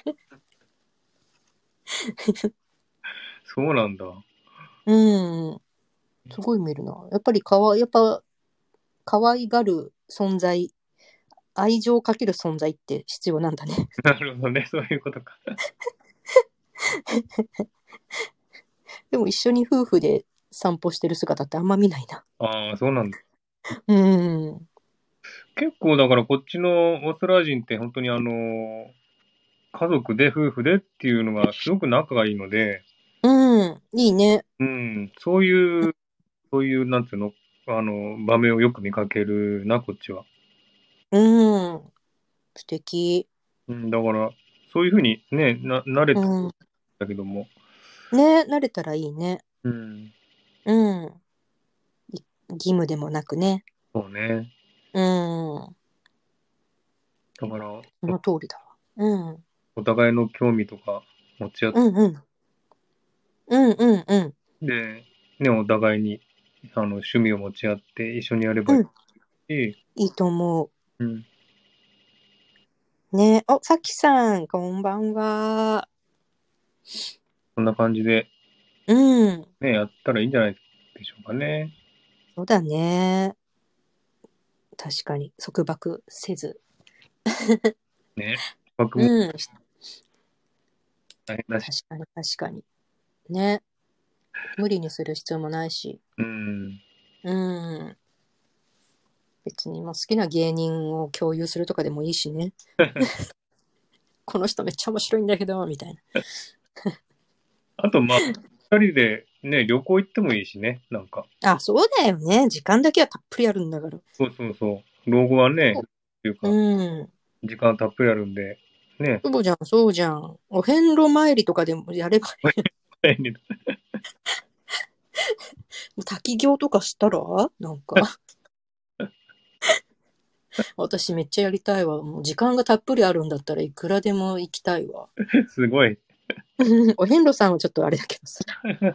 そうなんだ。 うん、すごい見るな。やっぱりかわ、やっぱ、可愛がる存在、愛情をかける存在って必要なんだね。 なるほどね、そういうことか。 でも一緒に夫婦で散歩してる姿ってあんま見ないな。 ああ、そうなんだ。 うん。 結構だからこっちのオーストラリア人って本当にあの、家族で夫婦でっていうのがすごく仲がいいので、 うん。いいね。 うん、そういう、そういう、なんていうの、あの、場面をよく見かけるな、こっちは。 うん。素敵。 うん、だから、そういうふうにね、な、慣れうたんん。 だけども、 ね、慣れたらいいね。 うん、 うん。い義務でもなくね。 そうね。 うん。 だから、おその通りだわ。うん。 お互いの興味とか持ち合っうんうん。うんうんうん。 て、ね、お互いに、あの、趣味を持ち合って一緒にやればいうん。 いし、 いいと思うん、 う。ね。お、さきさん、こんばんは。 そんな感じで、 うん。 ね、やったらいいんじゃないでしょうかね。 そうだね。確かに、束縛せず。 ね。価格もうん。 大変だし。 確かに確かに。ね。無理にする必要もないし。 うん。 うん。別にもう好きな芸人を共有するとかでもいいしね。この人めっちゃ面白いんだけど、みたいな。 あと、まあ、二人でね、旅行行ってもいいしね、なんか。 あ、そうだよね。時間だけはたっぷりあるんだから。 そうそうそう。老後はね、っていうか、 うん。 時間たっぷりあるんで、ね。 そうじゃん、そうじゃん。お遍路参りとかでもやれば、滝行とかしたらなんか、私めっちゃやりたいわ。もう時間がたっぷりあるんだったらいくらでも行きたいわ。 すごい。 お遍路さんはちょっとあれだけどさ。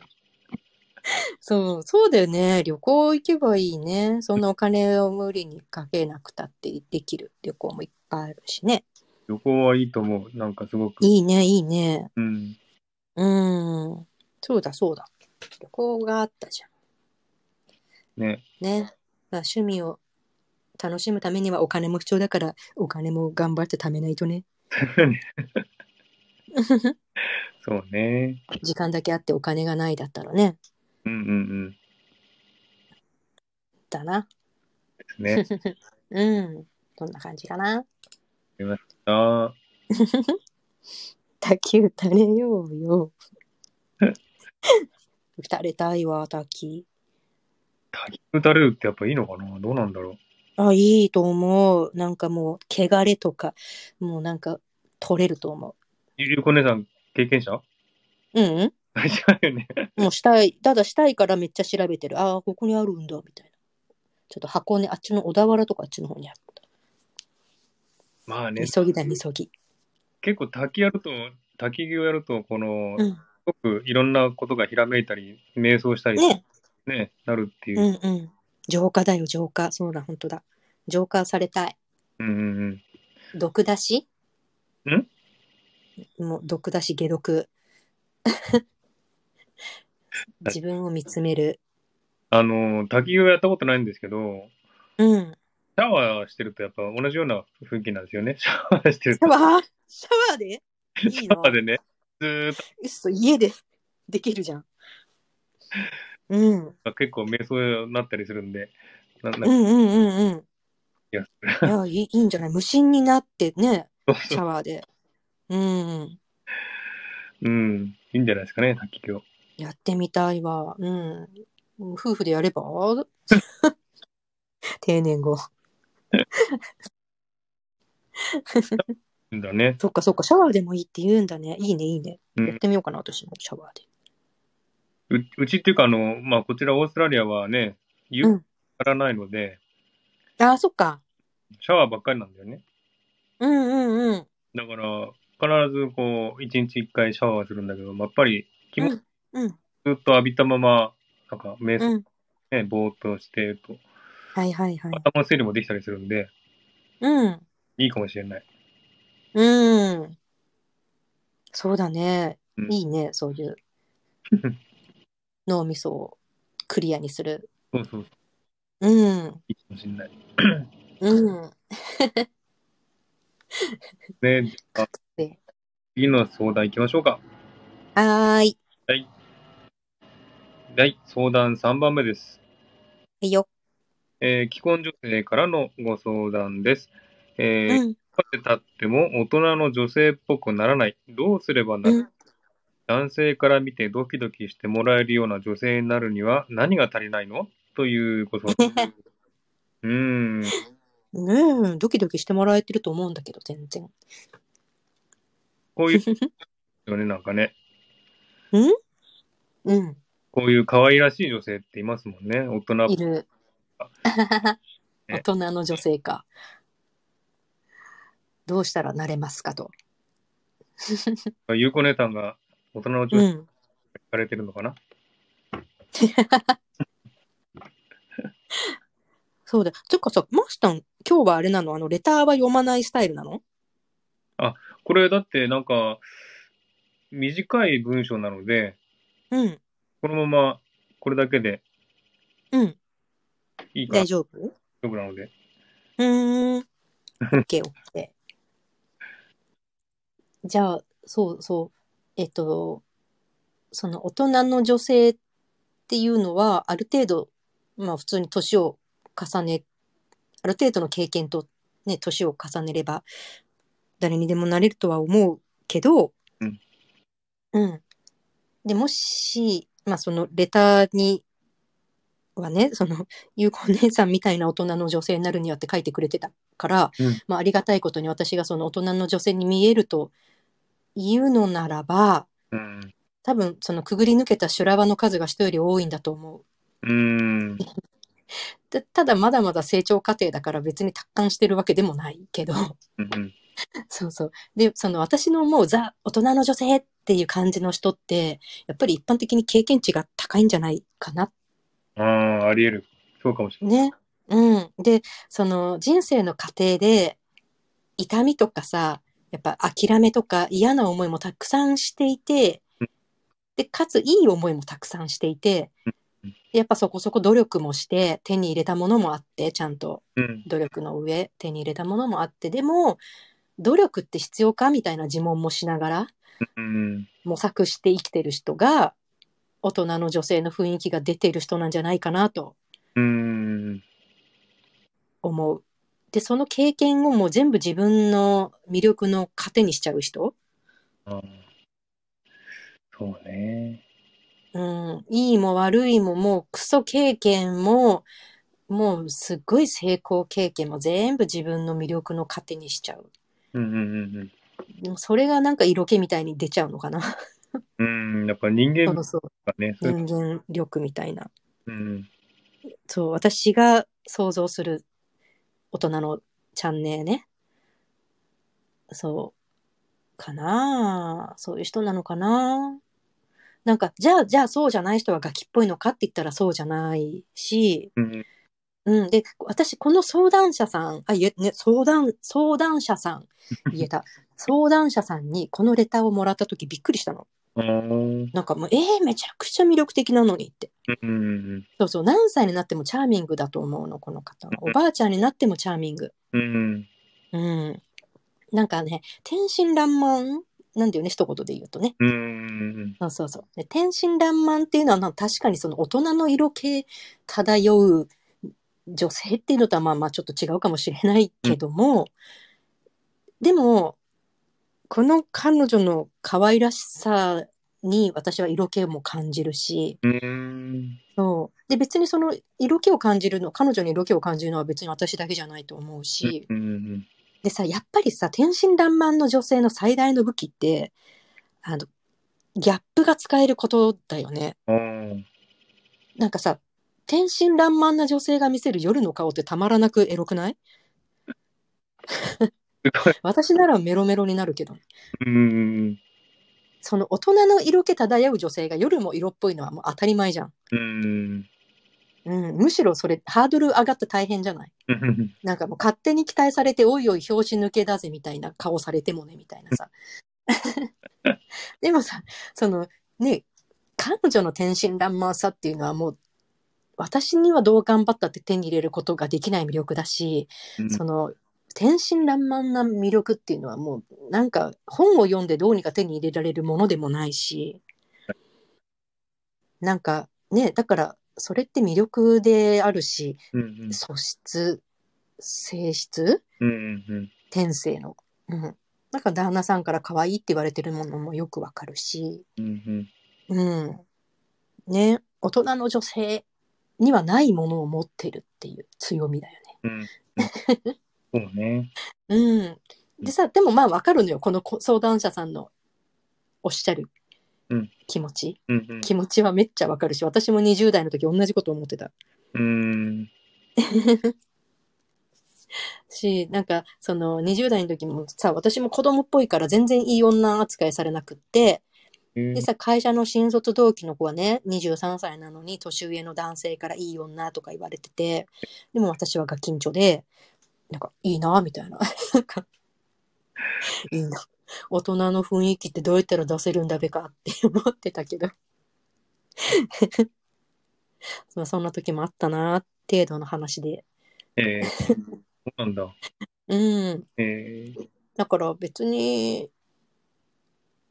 そう、そうだよね。旅行行けばいいね。そんなお金を無理にかけなくたってできる旅行もいっぱいあるしね。 旅行はいいと思う。なんかすごく。 いいね、いいね。 うん。 うーん。そうだ、そうだ。旅行があったじゃね。 ん。ね。だから趣味を楽しむためにはお金も必要だから、お金も頑張って貯めないとね。 そうね。 時間だけあってお金がないだったらね。 うんうんうん。 だな。 ですね。 うん。そんな感じかな。 りました。 滝打たれようよ。打たれたいわ、滝。 滝打たれるってやっぱいいのかな、どうなんだろあ、いいと思う。なんかもう、汚れとか、もうなんか、取れると思う。ゆうこ姉さん、経験者？ う。うん。 違うよね。 もうしたい。ただしたいからめっちゃ調べてる。ああ、ここにあるんだ、みたいな。ちょっと箱根、あっちの小田原とかあっちの方にある。 まあね、 みそぎだ、みそぎ。 結構滝やると、滝行やると、この、 うん。 すごくいろんなことがひらめいたり、瞑想したり、 ね。 ね、なるっていう。 うんうん。浄化だよ、浄化。そうだ、本当だ。浄化されたい。 うんうん毒出しうん。んもう毒出し、解毒。自分を見つめる。 あの、滝行やったことないんですけど、 うん。 シャワーしてるとやっぱ同じような雰囲気なんですよね。シャワーしてると。 シャワーシャワーでいシいな。 ャワーでね、ずーっうっそ、家でできるじゃん。うん。うんと結構瞑想になったりするんで、な、なんかうんうんうん。 気がする。 いや、いい、いいんじゃない無心になってね、 そうそう。 シャワーで。うん。 うん、いいんじゃないですかね、滝行。 やってみたいわ。うん。夫婦でやれば定年後。 うんだね。 そっかそっか、シャワーでもいいって言うんだね。いいね、いいね。 うん。 やってみようかな、私も、シャワーで。 う、うちっていうか、あの、まあ、こちらオーストラリアはね、湯うん。 からないので、 ああ、そっか。 シャワーばっかりなんだよね。 うんうんうん。 だから、必ずこう、一日一回シャワーするんだけど、やっぱり気持ちうん。うん。 ずっと浴びたまま、なんか、瞑想うん。 ね、ぼーっとしてると、 はいはいはい。 頭の整理もできたりするんで、 うん。 いいかもしれない。 うん。そうだね。 うん。 いいね、そういう脳みそをクリアにする。 そうそうそう、 うん。 いいかもしれない。 うん。 ね、じゃあ、 で、 次の相談行きましょうか。 はーい。 はい。はい、相談さんばんめです。 はいよ。 えー既婚女性からのご相談です。えー、 うん。 いつまで経っても大人の女性っぽくならない。どうすればなる？ うん。 男性から見てドキドキしてもらえるような女性になるには何が足りないのというご相談。うーん。 うん。ドキドキしてもらえてると思うんだけど、全然。 こういうよね、なんかね。 うんうん。 こういう可愛らしい女性っていますもんね。大人っいる。 ぽいね。 大人の女性か。どうしたらなれますかと。 ゆうこ姉さんが大人の女性にうん。 惹かれてるのかな？ そうだ。てかさ、マスタン、今日はあれなのあの、レターは読まないスタイルなの？ あ、これだってなんか短い文章なので、 うん。 このままこれだけでうん。 いいかな、 大丈夫？ 丈夫なので。 うーん。オッケーオッケじゃあ、そうそう。えっと、その大人の女性っていうのは、ある程度、まあ普通に年を重ね、ある程度の経験とね、年を重ねれば、誰にでもなれるとは思うけど、 うん。 うん。で、もし、まあそのレターにはね、その、ゆうこお姉さんみたいな大人の女性になるにはって書いてくれてたから、 うん。 まあありがたいことに私がその大人の女性に見えると言うのならば、 うん。 多分そのくぐり抜けた修羅場の数が人より多いんだと思う。 うーん。 でただまだまだ成長過程だから別に達観してるわけでもないけど、 うん。 そうそう。で、その私の思うザ大人の女性っていう感じの人って、やっぱり一般的に経験値が高いんじゃないかな。 ああ、あり得る。そうかもしれね。うん。で、その人生の過程で痛みとかさ、やっぱ諦めとか嫌な思いもたくさんしていて、で、かついい思いもたくさんしていて、 ない。 やっぱそこそこ努力もして手に入れたものもあって、ちゃんとうん。 努力の上手に入れたものもあって、でも努力って必要かみたいな自問もしながらうん。 模索して生きてる人が大人の女性の雰囲気が出てる人なんじゃないかなとうん。 思う。で、その経験をもう全部自分の魅力の糧にしちゃう人、 ああ、そうね。 うん、いいも悪いももうクソ経験ももうすっごい成功経験も全部自分の魅力の糧にしちゃう。 うんうんでもそれがなんか色気みたいに出ちゃうのかな。 うん。うん。やっぱ人間そうそう。 がね、そういう人間力みたいな。 の、うん。 そう、私が想像する大人のチャンネルね。そう、かなそういう人なのかな。なんか、じゃあ、じゃあそうじゃない人はガキっぽいのかって言ったらそうじゃないし、 うん。 うん。で、私、この相談者さん、あ、いえ、ね、相談、相談者さん、言えた。相談者さんにこのレターをもらった時びっくりしたの。 ああ、うん。 なんかもう、えー、めちゃくちゃ魅力的なのにって。 うん。 そうそう、何歳になってもチャーミングだと思うの、この方は。おばあちゃんになってもチャーミング。 うん。 うん。なんかね、天真爛漫なんだよね、一言で言うとね。 うん。 そうそうそう。で天真爛漫っていうのは、な確かにその大人の色気漂う女性っていうのとはまあまあちょっと違うかもしれないうん。 けども、でも、この彼女の可愛らしさに私は色気も感じるし、 うん。 そう。で、別にその色気を感じるの、彼女に色気を感じるのは別に私だけじゃないと思うし、 うん。 でさ、やっぱりさ、天真爛漫の女性の最大の武器って、あの、ギャップが使えることだよね。 ああ、 なんかさ、天真爛漫な女性が見せる夜の顔ってたまらなくエロくない？ すごい。 私ならメロメロになるけど。 うん。 その大人の色気漂う女性が夜も色っぽいのはもう当たり前じゃん。 うん。 うん、むしろそれハードル上がって大変じゃない？ うん。 なんかもう勝手に期待されて、おいおい拍子抜けだぜみたいな顔されてもねみたいなさ。でもさ、そのね、彼女の天真爛漫さっていうのはもう私にはどう頑張ったって手に入れることができない魅力だし、 うん。 その天真爛漫な魅力っていうのはもうなんか本を読んでどうにか手に入れられるものでもないし、なんかね、だからそれって魅力であるし、 うん。 素質、性質、 うん。 天性の。うん。なんか旦那さんから可愛いって言われてるものもよくわかるし、 うん。 うん。ね、大人の女性にはないものを持ってるっていう強みだよね。 うん。そうね。 うん。でさ、でもまあわかるのよ。この相談者さんのおっしゃるうん。 気持ち。 うん。 気持ちはめっちゃわかるし、私もにじゅう代の時同じこと思ってた。 うん。 し、なんか、そのにじゅう代の時もさ、私も子供っぽいから全然いい女扱いされなくって、でさ、会社の新卒同期の子はね、にじゅうさんさいなのに年上の男性からいい女とか言われてて、でも私はガキンチョで、なんかいいなみたいな。なんかいいな。大人の雰囲気ってどうやったら出せるんだべかって思ってたけど、まあそんな時もあったな、程度の話で。 ええ、そうなんだ。 うん。 ええ、 だから別に、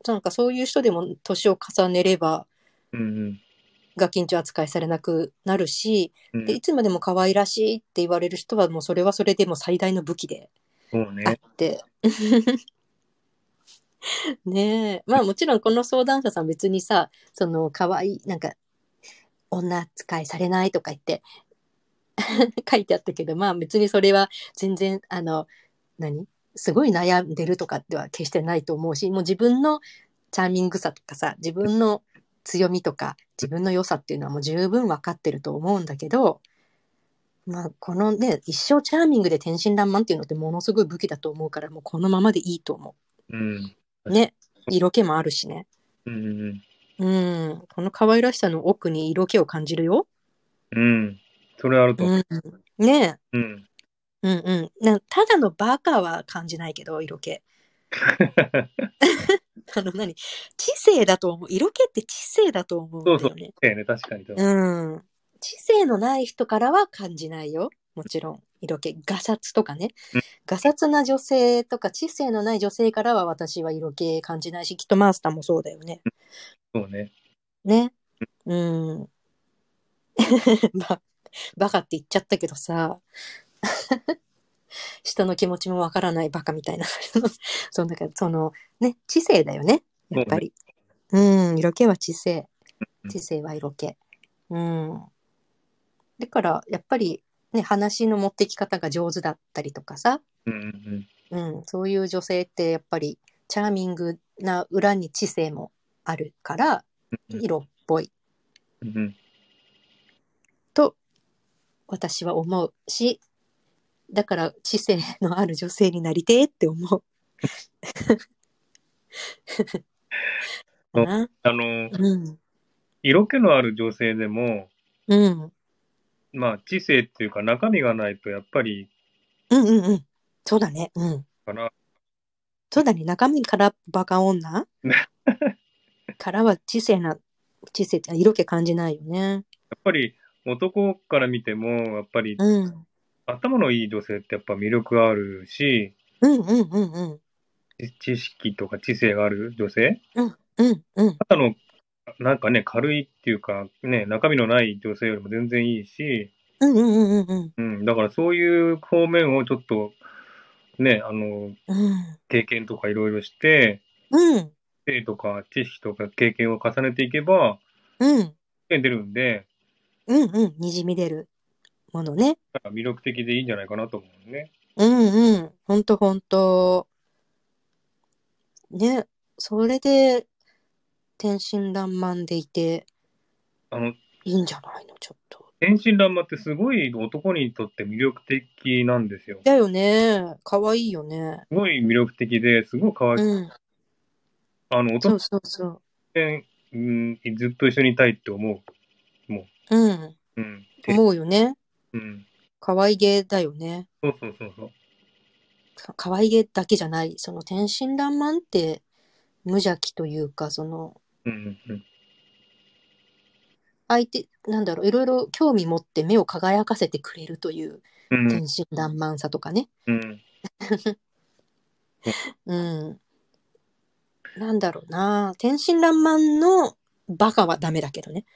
なんかそういう人でも年を重ねれば、 うんうんガキンチョ扱いされなくなるし、で、 うん。 いつまでも可愛らしいって言われる人はもうそれはそれでも最大の武器であっそうね。 て。ねえ。まあもちろんこの相談者さん別にさ、その可愛い、なんか女扱いされないとか言って書いてあったけど、まあ別にそれは全然、あの、何すごい悩んでるとかでは決してないと思うし、もう自分のチャーミングさとかさ、自分の強みとか、自分の良さっていうのはもう十分分かってると思うんだけど、まあこのね、一生チャーミングで天真爛漫っていうのってものすごい武器だと思うから、もうこのままでいいと思うん。 う。ね。色気もあるしね。 うんうんうん。この可愛らしさの奥に色気を感じるよ。 うん。うん。それあると。 うん。ねえ。 うん。 うんうん。なただのバカは感じないけど、色気。あの何知性だと思う。色気って知性だと思うそうそう。 んだよね。 そうね、確かにと。 うん。知性のない人からは感じないよ。もちろん。色気。ガサツとかね。 うん。 ガサツな女性とか知性のない女性からは私は色気感じないし、きっとマースターもそうだよね。 そうね。 ね。うん。ば、バカって言っちゃったけどさ、人の気持ちもわからないバカみたいな。そんだから、その、ね、知性だよね。やそうね。 っぱり。うん、色気は知性。 うん知性は色気。うん。だから、やっぱり、ね、話の持ってき方が上手だったりとかさ、 うんうんうん、そういう女性ってやっぱり、チャーミングな裏に知性もあるから、 うん色っぽいうんうん。 と私は思うし、だから知性のある女性になりてえって思うかそう。 な。 あの、 うん。 色気のある女性でも、 うん。 まあ、知性っていうか中身がないとやっぱりうんうんうん。そうだね。うん。 かな。 そうだね。中身からバカ女ね、 からは知性な、知性って色気感じないよね。 やっぱり男から見ても、やっぱりうん。 頭のいい女性ってやっぱ魅力があるし、 うんうんうんうん。 知知識とか知性がある女性、 うんうんうん。 ただの、なんかね、軽いっていうか、ね、中身のない女性よりも全然いいし、 うんうんうんうんうん、だからそういう方面をちょっと、ね、あの、 うん。 経験とかいろいろして、 うん。 知性とか知識とか経験を重ねていけば、 うん。 出るんで、 うんうん。にじみ出るものね。 なんか魅力的でいいんじゃないかなと思うね。 うんうん。ほんとほんと。ね。それで天真爛漫でいてあの、 いいんじゃないのちょっと。 天真爛漫ってすごい男にとって魅力的なんですよ。 だよね。かわいいよね。 すごい魅力的で、すごい可愛く、 うん。 あの、男そうそうそってうん、ずっと一緒にいたいって思う。もう。うん。 う。うん。て、 思うよね。 うん。 かわいげだよね。 そうそうそうそう。 かかわいげだけじゃない。その天真爛漫って無邪気というか、そのうん、うん、 相手、なんだろう、いろいろ興味持って目を輝かせてくれるといううん。 天真爛漫さとかね。 うん。そう。 うん。なんだろうな。天真爛漫のバカはダメだけどね。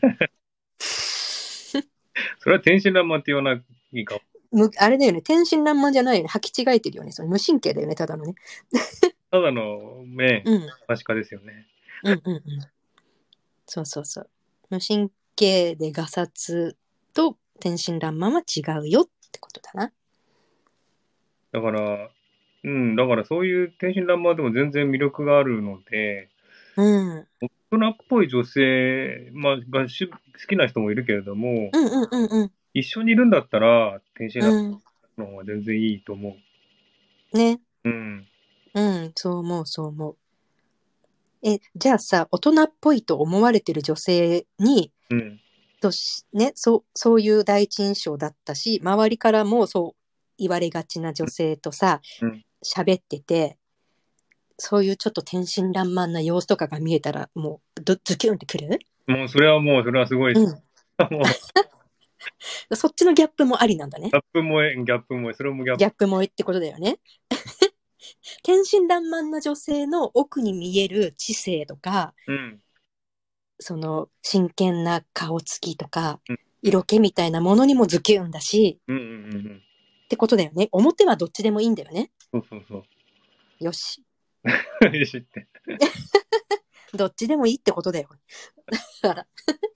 それは天真爛漫って言わないか。 むあれだよね。天真爛漫じゃないよね。履き違えてるよね。その無神経だよね。ただのね。 ただの、ね、 うん。 可視化ですよね。 うんうんうん。そうそうそう。無神経でガサツと天真爛漫は違うよってことだな。 だから、うん、だからそういう天真爛漫でも全然魅力があるので、 うん。うん大人っぽい女性、まあ、がし好きな人もいるけれども、 うんうんうん。 一緒にいるんだったら、天真爛うん。 漫の方が全然いいと思ね。 う。うん。 うん。そう思うそう思う。え、じゃあさ、大人っぽいと思われてる女性に、 うん。 としね、そう、そういう第一印象だったし、周りからもそう言われがちな女性とさ、 うん。 喋ってて、そういうちょっと天真爛漫な様子とかが見えたら、もう、ドズキュンってくるもう、それはもう、それはすごい、 うん。 もう、 そっちのギャップもありなんだね。 ギャップ萌え、ギャップ萌え、それもギャップ。 ギャップ萌えってことだよね。 天真爛漫な女性の奥に見える知性とか、 うん。 その真剣な顔つきとか、 うん。 色気みたいなものにもズキュンだし、 うんうんうんうん。 ってことだよね。表はどっちでもいいんだよね。 そうそうそう。 よし。 知って。 どっちでもいいってことだよ。だから。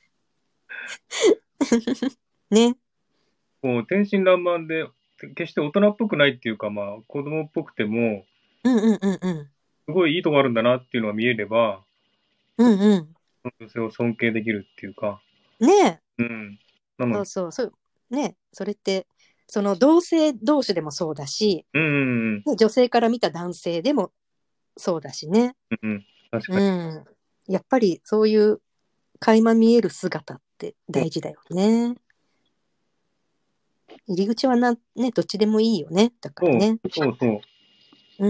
ね。 こう、天真爛漫で、決して大人っぽくないっていうか、まあ、子供っぽくても、 うんうんうんうん。 すごいいいとこあるんだなっていうのが見えれば、 うんうん。 その女性を尊敬できるっていうか、 ねえ。 うん。なので、 そうそう。そう。ね。それって、その同性同士でもそうだし、 うんうんうん。 ね女性から見た男性でもそうだしね。 うんうん。確かうん。やっぱりそういう垣間見える姿ってに。 大事だよね。入り口はな、ね、どっちでもいいよね。だからそう、 ね。 そうそう。 うん。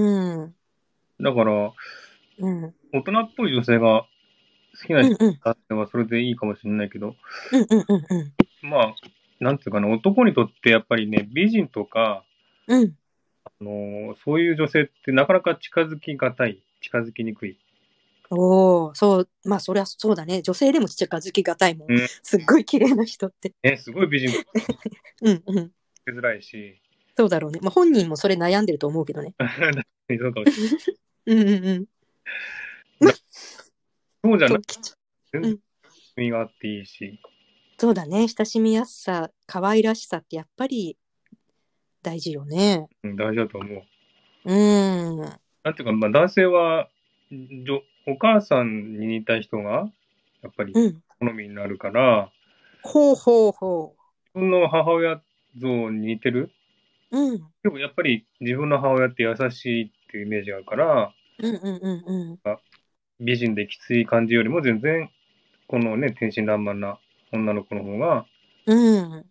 だから、 うん。 大人っぽい女性が好きな人うんうん。 があってはそれでいいかもしれないけど、 うんうんうんうん。 まあ、なんていうかな、男にとってやっぱりね、美人とか、 うん。 あのそういう女性ってなかなか近づきがたい、近づきにくい。 おお、そう、まあそりゃそうだね。女性でも近づきがたいもん。 うん。 すっごい綺麗な人って。 ね、すごい美人とかうんうん。 つけづらいし、 そうだろうね。まあ本人もそれ悩んでると思うけどね。 そうかもしうんうんうん。 れない。そうじゃない、 ときち全然うん。 味があっていいし、 そうだね。親しみやすさ、可愛らしさってやっぱり大事よね。 うん、大事だと思う。 うーん。 なんていうか、まあ、男性は、じょお母さんに似た人が、やっぱりうん。 好みになるから、 ほうほうほ自分の母親像に似てる。 う。うん。 でもやっぱり自分の母親って優しいっていうイメージがあるから、 うんうんうんうん。 美人できつい感じよりも全然、このね、天真爛漫な女の子の方が、 うん。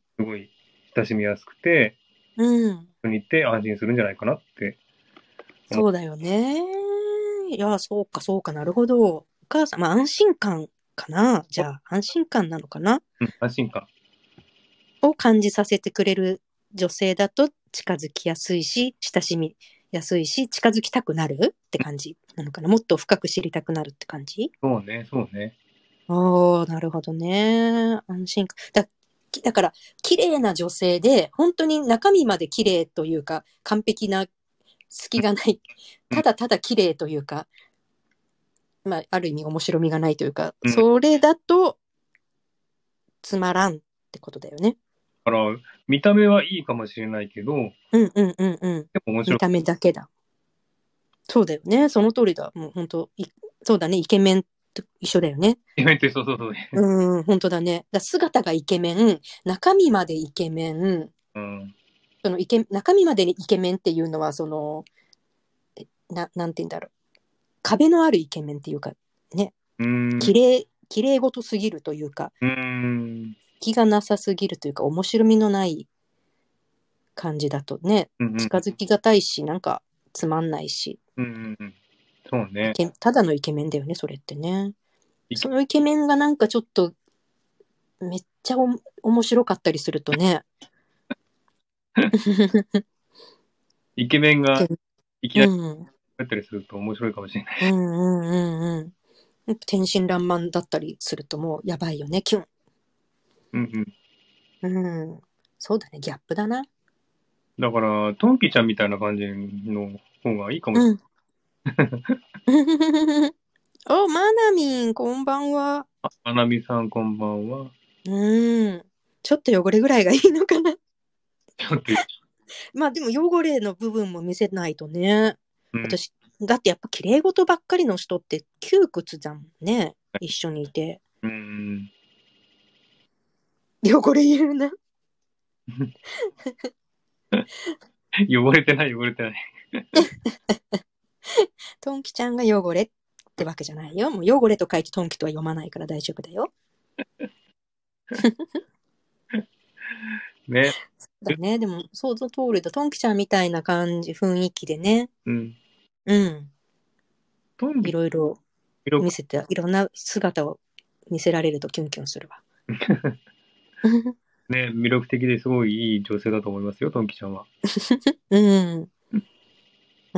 すごい親しみやすくて、 うん。 人に行って安心するんじゃないかなって思そうだよね。いや、そうか、そうかなるほど。お母さん、まあ安心感かな。じう。 ゃあ、安心感なのかなうん、安心感。 を感じさせてくれる女性だと近づきやすいし、親しみやすいし、近づきたくなるって感じなのかな。もっと深く知りたくなるって感じ。 そうね、そうね。 ああ、なるほどね。安心感。だ、だから、綺麗な女性で、本当に中身まで綺麗というか、完璧な隙がない、 うん、 ただただ綺麗というか、まあ、ある意味面白みがないというか、 うん。だそれだとつまらんってことだよね。 から、見た目はいいかもしれないけど、 うんうんうんうん。 でも面白い。 見た目だけだ。そうだよね。その通りだ。もう本当、いそうだね。イケメンと一緒だよね。 イベント、そうそうそう。 うん、本当だね。だ姿がイケメン、中身までイケメン、 うん。 そのイケ中身までイケメンっていうのは、その、な、なんて言うんだろう。壁のあるイケメンっていうか、ね、 うーん。う綺麗、綺麗ごとすぎるというか、 ーん。 気がなさすぎるというか、面白みのない感じだとね、 うんうん。 近づきがたいし、なんかつまんないし、 うんうんうん。そうね。 イケただのイケメンだよね、それってね。 いけそのイケメンがなんかちょっとめっちゃお面白かったりするとね。 イケメンがいきなりうん、うんやったりすると面白いかもしれない。 うんうんうん。天真爛漫だったりするともうやばいよね、キュン。 うんうん。 うん。そうだね、ギャップだな。 だから、トンキちゃんみたいな感じの方がいいかもしうん。お、マナミン、こんばんは。 れない。あなみさん、こんばんは。 うん。ちょっと汚れぐらいがいいのかな。 ちょっと、 まあでも汚れの部分も見せないとね。 うん。 私、だってやっぱ綺麗事ばっかりの人って窮屈だもんね。一緒にいて。 うん。 汚れ言うな。 汚れてない、汚れてない。 トンキちゃんが汚れってわけじゃないよ。もう汚れと書いてトンキとは読まないから大丈夫だよ。 ね。 だね。でも、想像通りだ。トンキちゃんみたいな感じ、雰囲気でね。 うん。 うん。いトンビ、 ろいろ魅力、 見せて、いろんな姿を見せられるとキュンキュンするわ。 ね、魅力的ですごいいい女性だと思いますよ、トンキちゃんは。 うん。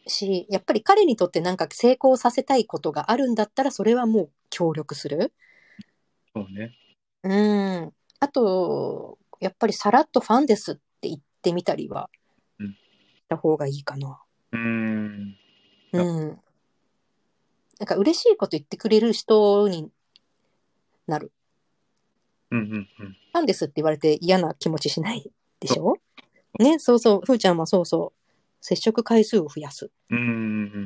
し、やっぱり彼にとってなんか成功させたいことがあるんだったら、それはもう協力する。 そうね。 うん。あと、やっぱりさらっとファンですって言ってみたりはうん。 した方がいいかな。 うーん。あうん。なんか嬉しいこと言ってくれる人になる。 うんうんうん。 ファンですって言われて嫌な気持ちしないでそう。 しょね、そうそう。ふーちゃんもそうそう。接触回数を増やす。 うんうんうん。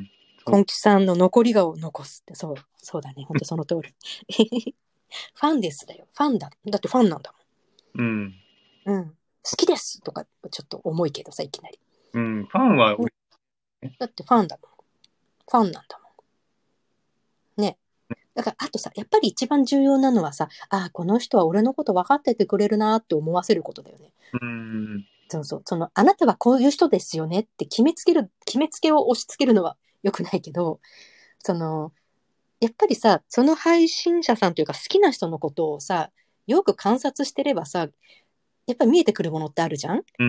そう。 根気さんの残り顔を残すって、そう、そうだね。ほんとその通り。ファンですだよ。ファンだ。だってファンなんだうん。 もん。うん。好きですとか、ちょっと重いけどさ、いきなり。 うん。ファンはね嬉しいね。 だってファンだもん。ファンなんだもん。ね。だから、あとさ、やっぱり一番重要なのはさ、ああ、この人は俺のこと分かっててくれるなって思わせることだよね。 うーん。 そうそう。その、あなたはこういう人ですよねって決めつける、決めつけを押し付けるのは良くないけど、その、やっぱりさ、その配信者さんというか好きな人のことをさ、よく観察してればさ、やっぱり見えてくるものってあるじゃんうん。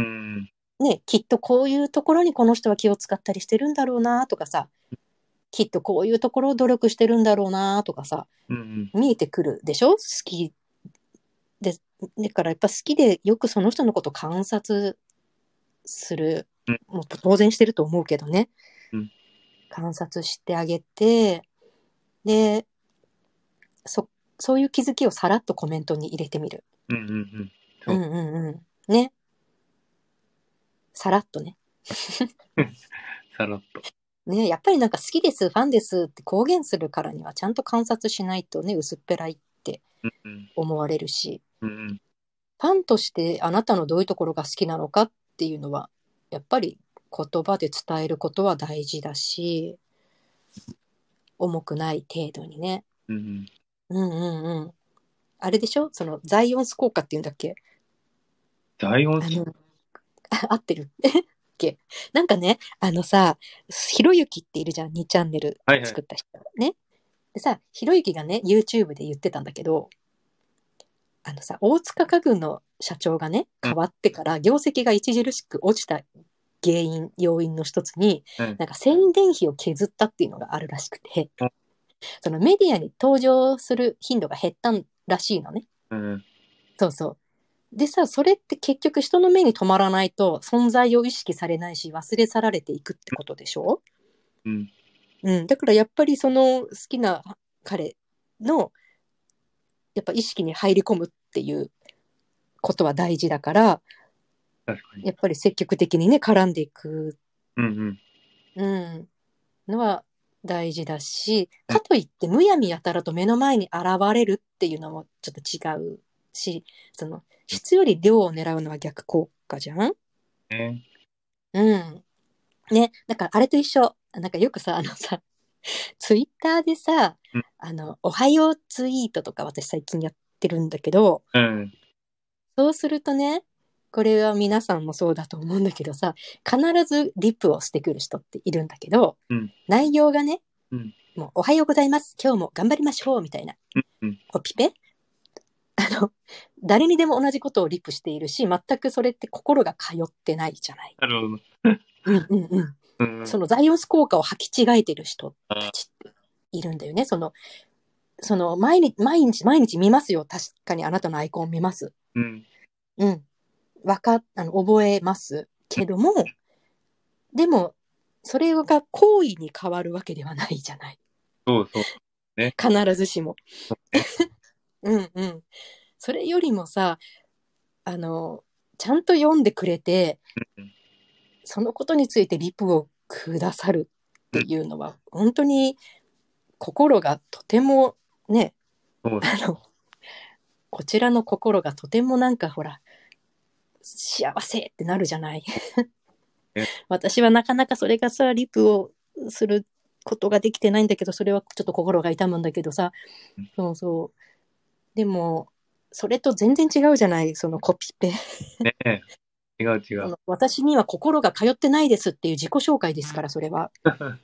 ね、きっとこういうところにこの人は気を使ったりしてるんだろうなとかさ、きっとこういうところを努力してるんだろうなとかさ、 うんうん。 見えてくるでしょ好きで。だからやっぱ好きでよくその人のことを観察する。 うんもう当然してると思うけどね。 うん。 観察してあげて、で、そ、そういう気づきをさらっとコメントに入れてみる。 うんうんうん。そう。 うんうんうん。ね。さらっとね。 さらっと。 ね、やっぱりなんか好きです、ファンですって公言するからにはちゃんと観察しないとね、薄っぺらいってうんうん思われるし、 うんうん。 ファンとしてあなたのどういうところが好きなのかっていうのは、やっぱり言葉で伝えることは大事だし、重くない程度にね。 うんうんうんうん。あれでしょそのザイオンス効果っていうんだっけザイオンス。 あの、合ってるっけなんかね、あのさ、ひろゆきっているじゃん、にチャンネルはいはい。 作った人。ね。でさ、ひろゆきがね、YouTube で言ってたんだけど、あのさ、大塚家具の社長がね、 うん変わってから業績が著しく落ちた原因、要因の一つに、 うんなんか宣伝費を削ったっていうのがあるらしくて、 うんそのメディアに登場する頻度が減ったらしいのね。 うんそうそう。でさ、それって結局人の目に留まらないと存在を意識されないし忘れ去られていくってことでしょうんうん。だからやっぱりその好きな彼のやっぱ意識に入り込むっていうことは大事だから、 確かに。 やっぱり積極的にね、絡んでいく、 うんうんうん、のは大事だし、 うんかといってむやみやたらと目の前に現れるっていうのもちょっと違うし、その質より量を狙うのは逆効果じゃんね。 うん。ね、だからあれと一緒。なんかよくさ、あのさ、ツイッターでさ、 うんあの、おはようツイートとか私最近やってるんだけど、 うんそうするとね、これは皆さんもそうだと思うんだけどさ、必ずリップをしてくる人っているんだけど、 うん内容がね、 うんもうおはようございます。今日も頑張りましょうみたいな。 うんコピペあの、誰にでも同じことをリップしているし、全くそれって心が通ってないじゃない。 なるほど。 うんうんうん。 うんそのザイオンス効果を履き違えてる人たあちっているんだよね。その、その、毎日、毎日、毎日見ますよ。確かにあなたのアイコン見ます。 うんうん。わか、あの、覚えますけども、でも、それが行為に変わるわけではないじゃない。 そうそうね。 必ずしも。 そうね。 うんうん。それよりもさ、あの、ちゃんと読んでくれて、 うんそのことについてリプをくださるっていうのは、本当に心がとてもね、 そうあの、こちらの心がとてもなんかほら、幸せってなるじゃない。 ね。 私はなかなかそれがさ、リプをすることができてないんだけど、それはちょっと心が痛むんだけどさ、そうそう。でも、それと全然違うじゃない、そのコピペ。 ねえ。違う違う。 その私には心が通ってないですっていう自己紹介ですから、それは。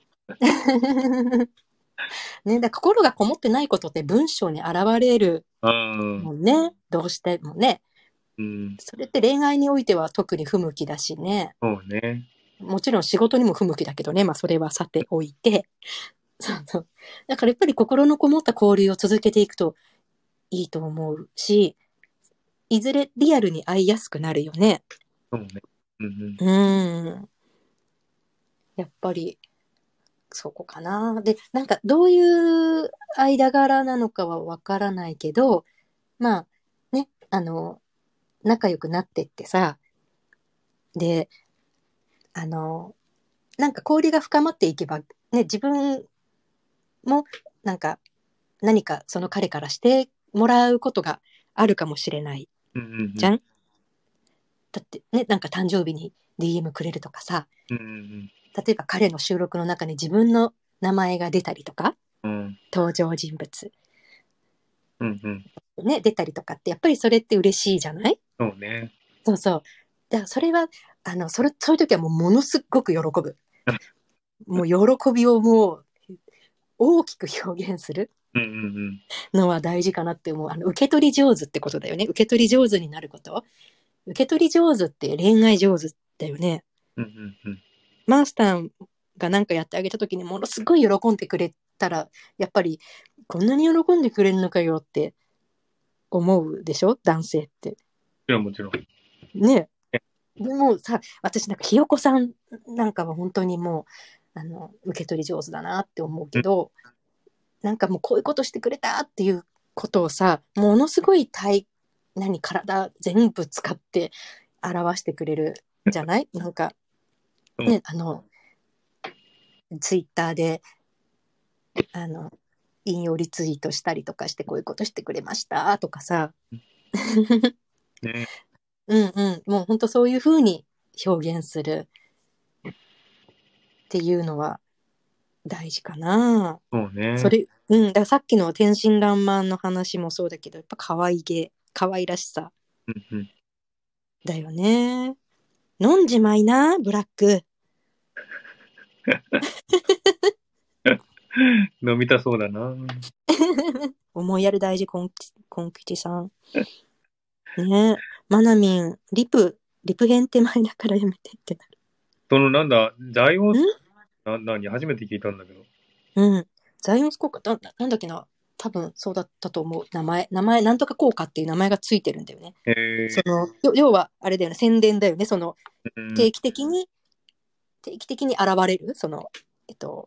ね、だから心がこもってないことって文章に現れるうんもんね。どうしてもね。 うん。 それって恋愛においては特に不向きだしね。 そうね。 もちろん仕事にも不向きだけどね、まあそれはさておいて、そうそう。だからやっぱり心のこもった交流を続けていくといいと思うし、いずれリアルに会いやすくなるよね。 そうね。うんうーん。やっぱり、そこかな。で、なんかどういう間柄なのかはわからないけど、まあ、ね、あの、仲良くなってってさ、で、あの、なんか交流が深まっていけば、ね、自分もなんか何かその彼からしてもらうことがあるかもしれないうん。うんうんじゃん。だってね、なんか誕生日に ディーエム くれるとかさ、 うん。うん例えば彼の収録の中に自分の名前が出たりとか、 うん。 登場人物、 うんうん。 ね、出たりとかって、やっぱりそれって嬉しいじゃない？ そうね。 そうそう。だからそれは、あの、それ、そういう時はもうものすごく喜ぶ。もう喜びをもう大きく表現するうんうんうん。 のは大事かなって思う。あの、受け取り上手ってことだよね。受け取り上手になること。受け取り上手って恋愛上手だよね。 うんうんうん。 マースターが何かやってあげた時にものすごい喜んでくれたら、やっぱりこんなに喜んでくれるのかよって思うでしょ、男性って。 いや、もちろん。 ね。でもさ、私なんかひよこさんなんかは本当にもう、あの、受け取り上手だなって思ううんけど、なんかもうこういうことしてくれたっていうことをさ、ものすごい体、何、体全部使って表してくれるじゃない？なんか、 うんね、あの、ツイッターで、あの、引用リツイートしたりとかして、こういうことしてくれましたとかさ。 ね。 うんうん。もう本当そういうふうに表現するっていうのは大事かな。 そうね。 それ、うん。だからさっきの天真爛漫の話もそうだけど、やっぱ可愛げ、可愛らしさうんうん。 だよね。飲んじまいな、ブラック。 飲みたそうだな。 思いやる大事、コンキコンキチさん。ねえ。マナミン、リプ、リプ編手前だからやめてってそのなんだ、ザイオンなる。 ス、な、何初めて聞いたんだけど。 うんうん。ザイオンス効果、な、なんだっけな。多分そうだったと思う。名前、名前、なんとか効果っていう名前がついてるんだよね。 へえ。 その、よ要は、あれだよね、宣伝だよね。その、 うん。 定期的に、定期的に現れる、その、えっと、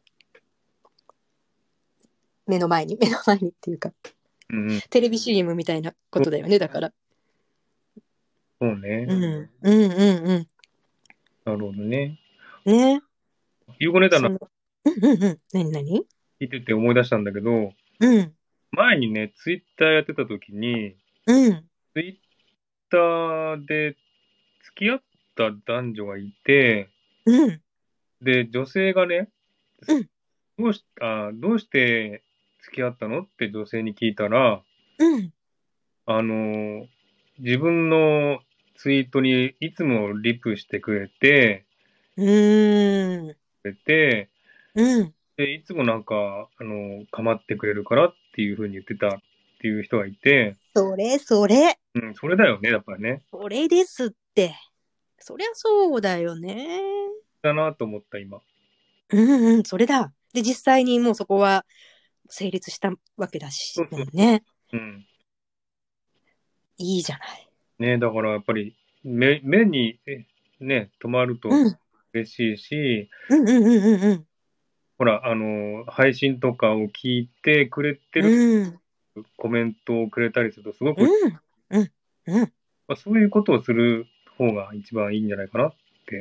目の前に、目の前にっていうか、 うんうん。 テレビ シーエム みたいなこそうとだよね、だから。 そうね。 うん、うん、うん、うん。 なるほどね。 ね。 ゆうこネタのその、うん、うん、うん。なになに？ 聞いてて思い出したんだけど、 うん、 前にね、ツイッターやってた時に、 うん、 ツイッターで付き合った男女がいて、 うん、 で、女性がね、 うん、 どうし、あ、どうして付き合ったのって女性に聞いたら、 うん、 あの、自分のツイートにいつもリプしてくれて、 うーん、 くれて、 うん。 で、いつもなんか、あの、構ってくれるからっていうふうに言ってたっていう人がいて、 それ、それ、 うん、それだよね、やっぱりね。 それですって。そりゃそうだよね。 だなと思った、今。 うんうん、それだ。で、実際にもうそこは成立したわけだし、 そうそうそう。 もんね。 うん。 いいじゃない。 ね、だからやっぱり、目、目に、えね、止まるとうん、 嬉しいし、 うんうんうんうんうん。 ほら、あの、配信とかを聞いてくれてるうん、 コメントをくれたりすると、すごく、 うん、うん、うん。 まあ、そういうことをする方が一番いいんじゃないかなって。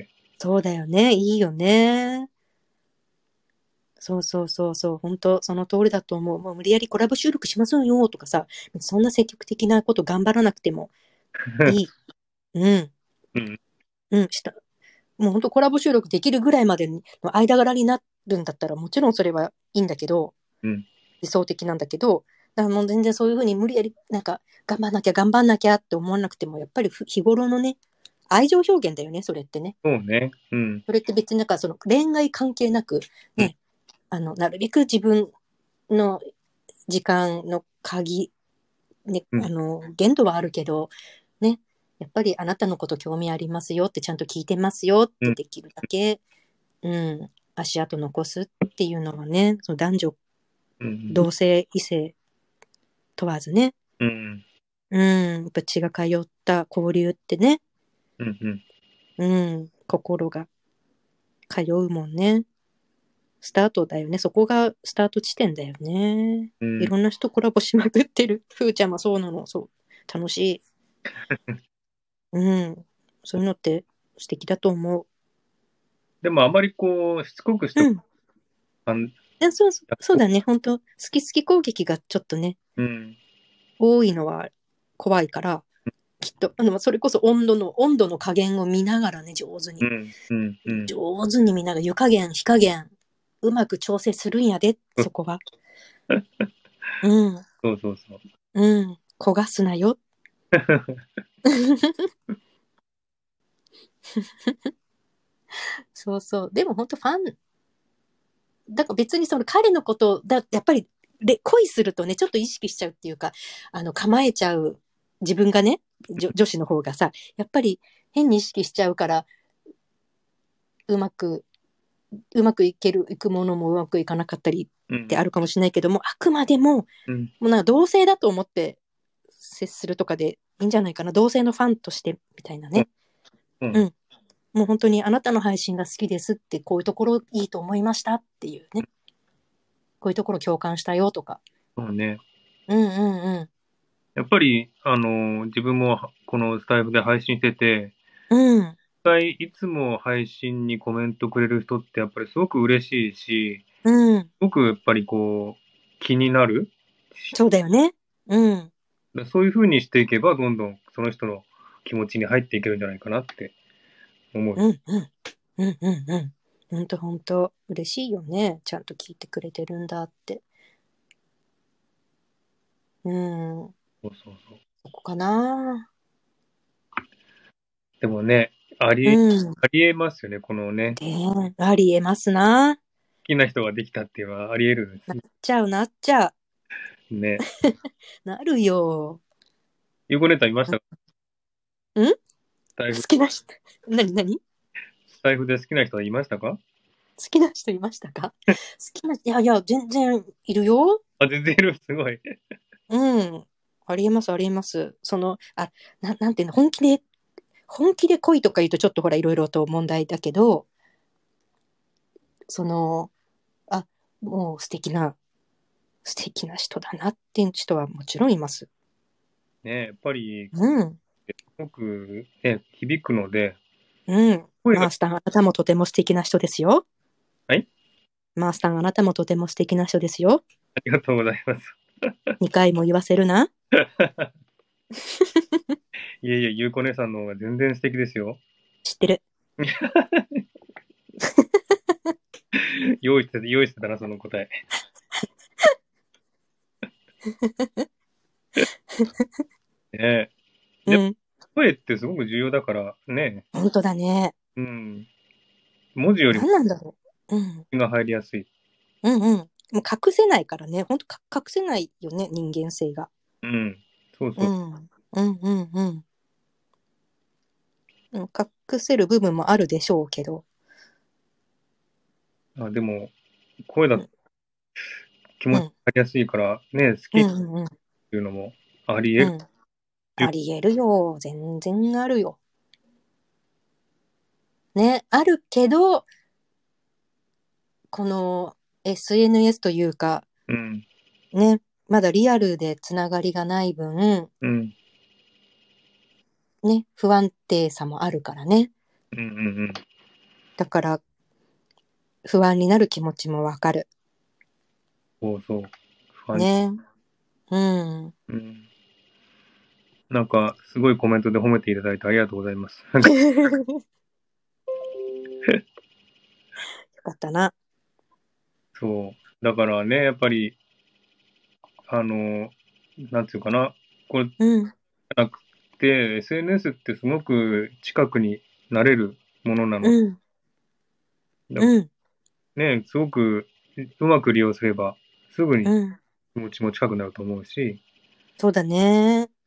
そうだよね。いいよね。そうそうそうそう。本当その通りだと思う。もう無理やりコラボ収録しませんよとかさ、そんな積極的なこと頑張らなくてもいい。うん、 うん、 うん、した。もう本当コラボ収録できるぐらいまでの間柄になるんだったらもちろんそれはいいんだけど、 うん、 理想的なんだけど、だからもう全然そういうふうに無理やりなんか頑張んなきゃ頑張んなきゃって思わなくても、やっぱり日頃のね、愛情表現だよね、それってね。 そうね、うん、 それって別になんかその恋愛関係なく、 うん、 ね、あの、なるべく自分の時間の鍵、ね、 うん、 あの、限度はあるけど、ね、 やっぱりあなたのこと興味ありますよってちゃんと聞いてますよってできるだけ、うん、足跡残すっていうのはね、その男女、 うん。 同性、異性問わずね、 うん。 うん、やっぱ血が通った交流ってね、 うんうん。 うん、心が通うもんね。スタートだよね。そこがスタート地点だよね。 うんいろんな人コラボしまくってる。ふーちゃんもそうなの。そう。楽しい。うん。そういうのって素敵だと思う。 でもあまりこう、しつこくしてもうん。 あん、 えそうそうそうだね。本当好き好き攻撃がちょっとね、 うん。 多いのは怖いから、きっと、あの、それこそ温度の、温度の加減を見ながらね、上手に。 うん。うん。うん。 上手に見ながら、湯加減、火加減、うまく調整するんやで、そこは。うん。 そうそうそう。 うん。焦がすなよ。そうそう。でも本当ファン、だから別にその彼のことだ、やっぱりで恋するとね、ちょっと意識しちゃうっていうか、あの、構えちゃう自分がね、女女子の方がさ、やっぱり変に意識しちゃうから、うまく、うまくいける、いくものもうまくいかなかったりってうん。 あるかもしれないけども、あくまでも、 うん。 もうなんか同性だと思って接するとかでいいんじゃないかな。同性のファンとしてみたいなね。 うん。 うん。もう本当にあなたの配信が好きですって、こういうところいいと思いましたっていうね。こういうところ共感したよとか。 そうね。 うんうんやっぱり、あの、自分もこのスタイフで配信してて、 うん。うん。 一回いつも配信にコメントくれる人ってやっぱりすごく嬉しいし、 うん。 すごくやっぱりこう、気になる。 そうだよね。うん。 そういう風にしていけば、どんどんその人の気持ちに入っていけるんじゃないかなって思う。 うんうん。うんうんうん。ほんとほんと。嬉しいよね。ちゃんと聞いてくれてるんだって。うん。 そうそうそう。 そこかな。 でもね、ありえ、 うん。 ありえますよね。このね、 で、ありえますな。 好きな人ができたっていうのはありえるんでなっすちゃうなっちゃね。 う。なるよ。 ゆうこネタいましたか？ ん好スタイフ、 きな人、なになにスタイフで好きな人はいましたか？ 好きな人いましたか？好きな、いやいや、全然いるよ。 あ、全然いる。すごい。 うん。ありえます、ありえます。その、あ、な、なんていうの、本気で、本気で恋とか言うとちょっとほら、いろいろと問題だけど、その、あ、もう素敵な、素敵な人だなっていう人はもちろんいます。 ね、やっぱり、 うん。 すごく、ね、響くので、 うん。 声が、 マースター、あなたもとても素敵な人ですよ。 はい、 マースター、あなたもとても素敵な人ですよ。 ありがとうございます。 にかいも言わせるな。 いえいえ、ゆうこ姉さんの方が全然素敵ですよ。 知ってる。 用意してた、用意してたな、その答え。ね、で、 うん。 声ってすごく重要だからね、 本当だね。 うん、文字よりも何なんだろう。うん。 気が入りやすい。 うんうん。もう隠せないからね。本当か隠せないよね、人間性が。 うん、そうそう。 うん。うんうんうん。うん隠せる部分もあるでしょうけど。 あ、でも、声だとうん。 気持ちうん。 入りやすいから、ね、好きっうんうんうん。 ていうのもあり得る。 うん。ありえるよ。全然あるよ。ね。あるけど、この エスエヌエス というか、 うん、 ね。まだリアルでつながりがない分、 うん、 ね。不安定さもあるからね。 うん、うん、うん。 だから、不安になる気持ちもわかる。 そうそう。不安、 ね。うん。 うん。なんか、すごいコメントで褒めていただいてありがとうございます。なんか、 よかったな。 そう。だからね、やっぱり、あの、なんていうかな、これじうん。 ゃなくて、エスエヌエス ってすごく近くになれるものなの。 うん。 だうん。 ね、すごくうまく利用すれば、すぐにうん。 気持ちも近くなると思うし、 そうだね。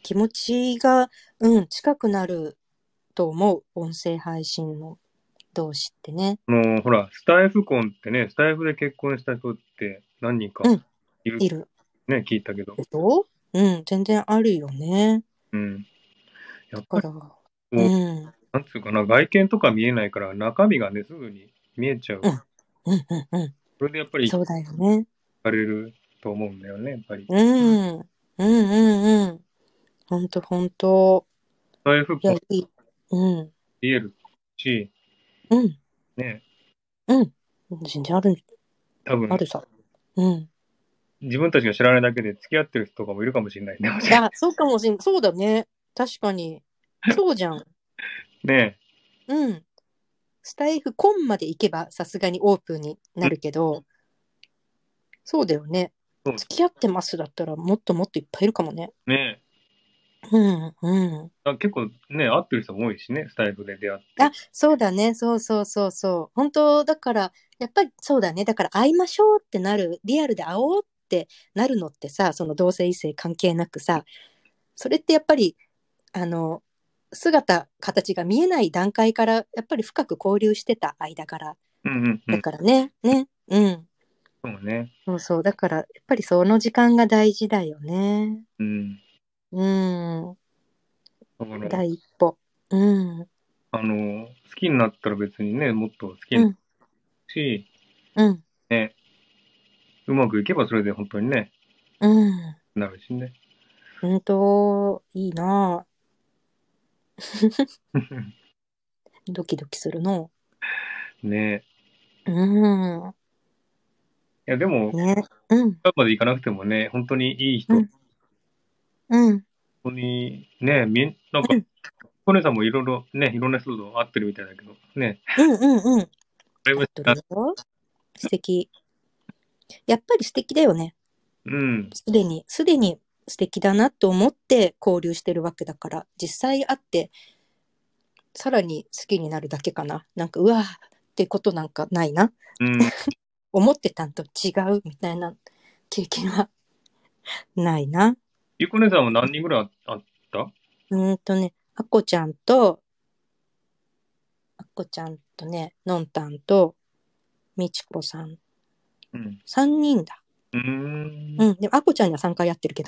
気持ちが、うん、近くなると思う。音声配信の同士ってね。 あの、ほら、スタイフ婚ってね、スタイフで結婚した人って何人かうん、 いるいる。 ね、聞いたけど。 でしょ？うん、全然あるよね。 うん。やっぱり、 だから、 こうう、 ん、 なんつうかな、外見とか見えないから中身がね、すぐに見えちゃう。 うん、うん、うん、うん。 それでやっぱり惹そうだよね。 かれると思うんだよね、やっぱり。 うん、うん、うん、うん。ほんと、ほんと。 スタイフいや、 婚いい。うん、 見えるし、 うん、 ね、 うん。全然ある、 多分、 あるさ。うん。 自分たちが知らないだけで付き合ってる人とかもいるかもしれないね。 あ、そうかもしん、そうだね。確かに。そうじゃん。 ねうん。スタイフコンまで行けばさすがにオープンになるけど、そうだよね。 そう、 付き合ってますだったらもっともっといっぱいいるかもね。 ねうん、うん。 あ結構ね、会ってる人も多いしね、スタイフで出会っあ、 て。 そうだね。そうそうそうそう。本当だから、やっぱりそうだね。だから会いましょうってなる、リアルで会おうってなるのってさ、その同性異性関係なくさ、それってやっぱり、あの、姿、形が見えない段階から、やっぱり深く交流してた間から。 うんうんうだん。 からね、ね、うん。 そうね。 そうそう。だから、やっぱりその時間が大事だよね。 うん。 うん。 だから、 第一歩。うん。 あの、好きになったら別にね、もっと好きになるうん。 し、 うん。 ね、うまくいけばそれで本当にね、 うん。 なるしね。 うんと、いいなぁ。ドキドキするの。 ねうん。 いや、でも、 ね。うん。 そこまでいかなくてもね、本当にいい人、 うん。うん。 本当にね、みん、なんか、 うん。 お姉さんもいろいろね、いろんな人と会ってるみたいだけど、ね、 うん。うん。うん。 だいぶ、 合っとるよ。素敵。やっぱり素敵だよね。 うん、 すでに、すでに素敵だなと思って交流してるわけだから、実際会って、さらに好きになるだけかな。なんか、うわーってことなんかないな。 うん。 思ってたんと違うみたいな経験はないな。 ゆこ姉さんは何人ぐらいあった？ うーんとね、あこちゃんと、あこちゃんとね、のんたんと、みちこさん。 うん。 さんにんだ。 うーん。 うん。でも、あこちゃんにはさんかいやってるけど。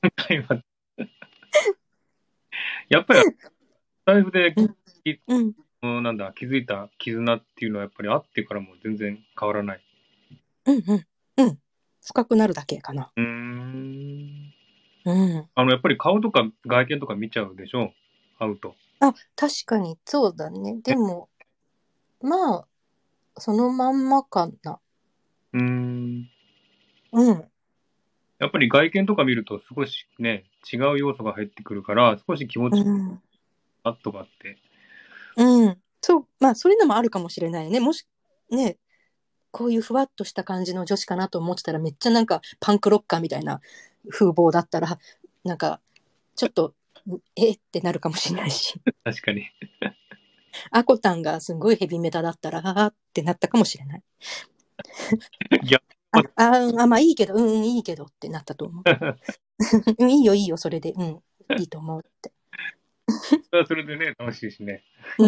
やっぱり、スタイフで、 うん。 いうん。 なんだ、気づいた絆っていうのはやっぱり会ってからも全然変わらない。 うん。うん。うん。深くなるだけかな。 うーん。 うん。 あの、やっぱり顔とか外見とか見ちゃうでしょ？会うと。 あ、確かに、そうだね。でも、まあ、そのまんまかな。 うーん。 うん。 やっぱり外見とか見ると少しね、違う要素が入ってくるから、少し気持ちうん。 あっとかって。 うん。そう、まあ、そういうのもあるかもしれないね。もし、ね、こういうふわっとした感じの女子かなと思ってたら、めっちゃなんかパンクロッカーみたいな風貌だったら、なんか、ちょっと、えってなるかもしれないし。 確かに。 アコタンがすごいヘビメタだったら、あーってなったかもしれない。 いや、 あ、あ、あまあいいけど、うん、うんいいけどってなったと思う。うんいいよ、いいよ、それで、うん、いいと思うって。 それはそれでね、楽しいしね。 うん。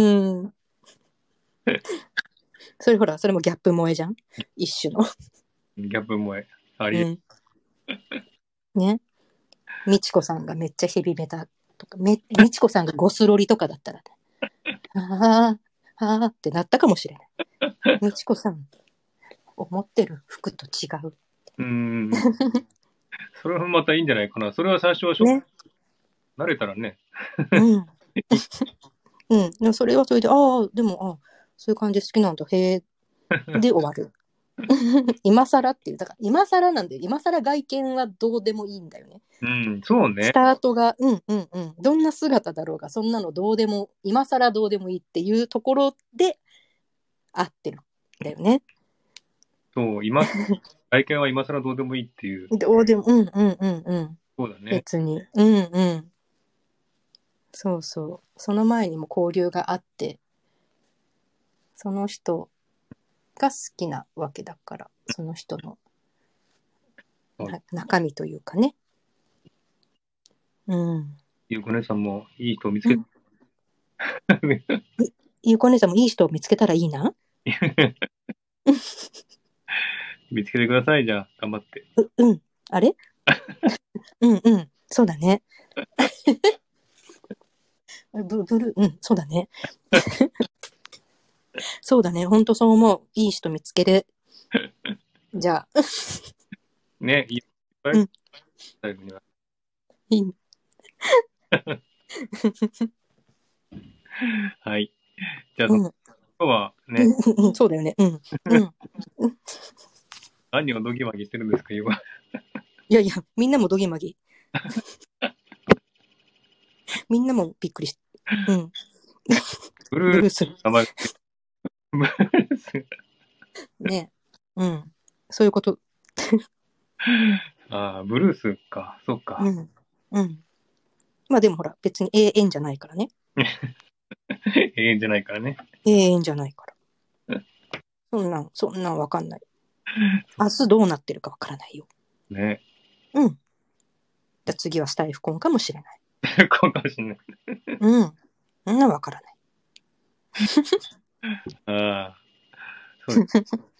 それほら、それもギャップ萌えじゃん一種の。 ギャップもあり、 うん。ね。みちこさんがめっちゃヘビメタとか、め、みちこさんがゴスロリとかだったらね、ああ、ああってなったかもしれない。みちこさん、思ってる服と違う。 うーん。それはまたいいんじゃないかな。それは最初はショック、 ね。 慣れたらね。 うん。うん。でもそれはそれで、ああ、でも、あそういう感じ好きなんだ。へえ。で終わる。今更っていう、だから今更なんだよ。今更外見はどうでもいいんだよね。 うん、そうね。 スタートが、うんうんうん。どんな姿だろうが、そんなのどうでも、今更どうでもいいっていうところで合ってるんだよね。 そう、今、外見は今更どうでもいいっていう。 どうでも、うんうんうんうん。 そうだね。 別に。うんうん。そうそう。その前にも交流があって、その人が好きなわけだから、その人のそうな中身というかね。うん。 ゆうこ姉さんもいい人を見つけて、 ゆうこ姉さんもいい人を見つけたらいいな。 見つけてください、じゃあ、頑張って。 う、うん。あれうんうん。そうだね。ブ、ブルー、うん、そうだね。そうだね。ほんとそう思う。いい人見つける。じゃあ。 ね、いっぱい、 うん。 最後には。 いい。 はい。じゃあ、そのうん。 今日はね、 うんうんそうだよね。うん。うん。 何をドギマギしてるんですか、今。 いやいや、みんなもドギマギ。みんなもびっくりし、うん。 ブルース、 ブルース。 名前、ブルース。 ね。うん。そういうこと。 ああ、ブルースか、そっか。 うん。うん。まあでもほら、別に永遠じゃないからね。 永遠じゃないからね。 永遠じゃないから。そんなん、そんなんわかんない。明日どうなってるかわからないよ。 ね。 うん。じゃあ次はスタイフコンかもしれない。 こうかもしれない。 うん。そんなんわからない。 ああ、そうです。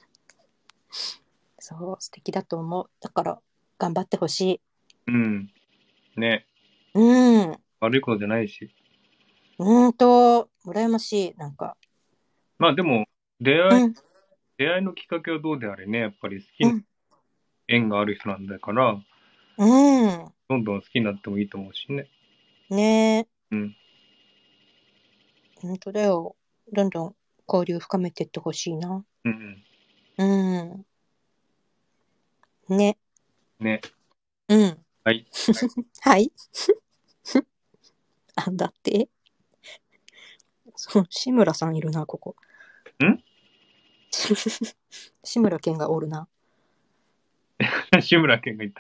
そう、素敵だと思う。だから、頑張ってほしい。 うん。ね。 うん。 悪いことじゃないし。 うーんと、羨ましい。なんか。 まあでも、出会い、 うん。 出会いのきっかけはどうであれね、やっぱり好きなうん。 縁がある人なんだから、 うん。 どんどん好きになってもいいと思うしね。 ねえ。 うん。 ほんとだよ。どんどん交流深めてってほしいな。 うんうん。ね。 うん。ね。 うん。 はい。 はい。あ、だって。そう、志村さんいるな、ここ。 ん志村けんがおるな。 志村けんが言った。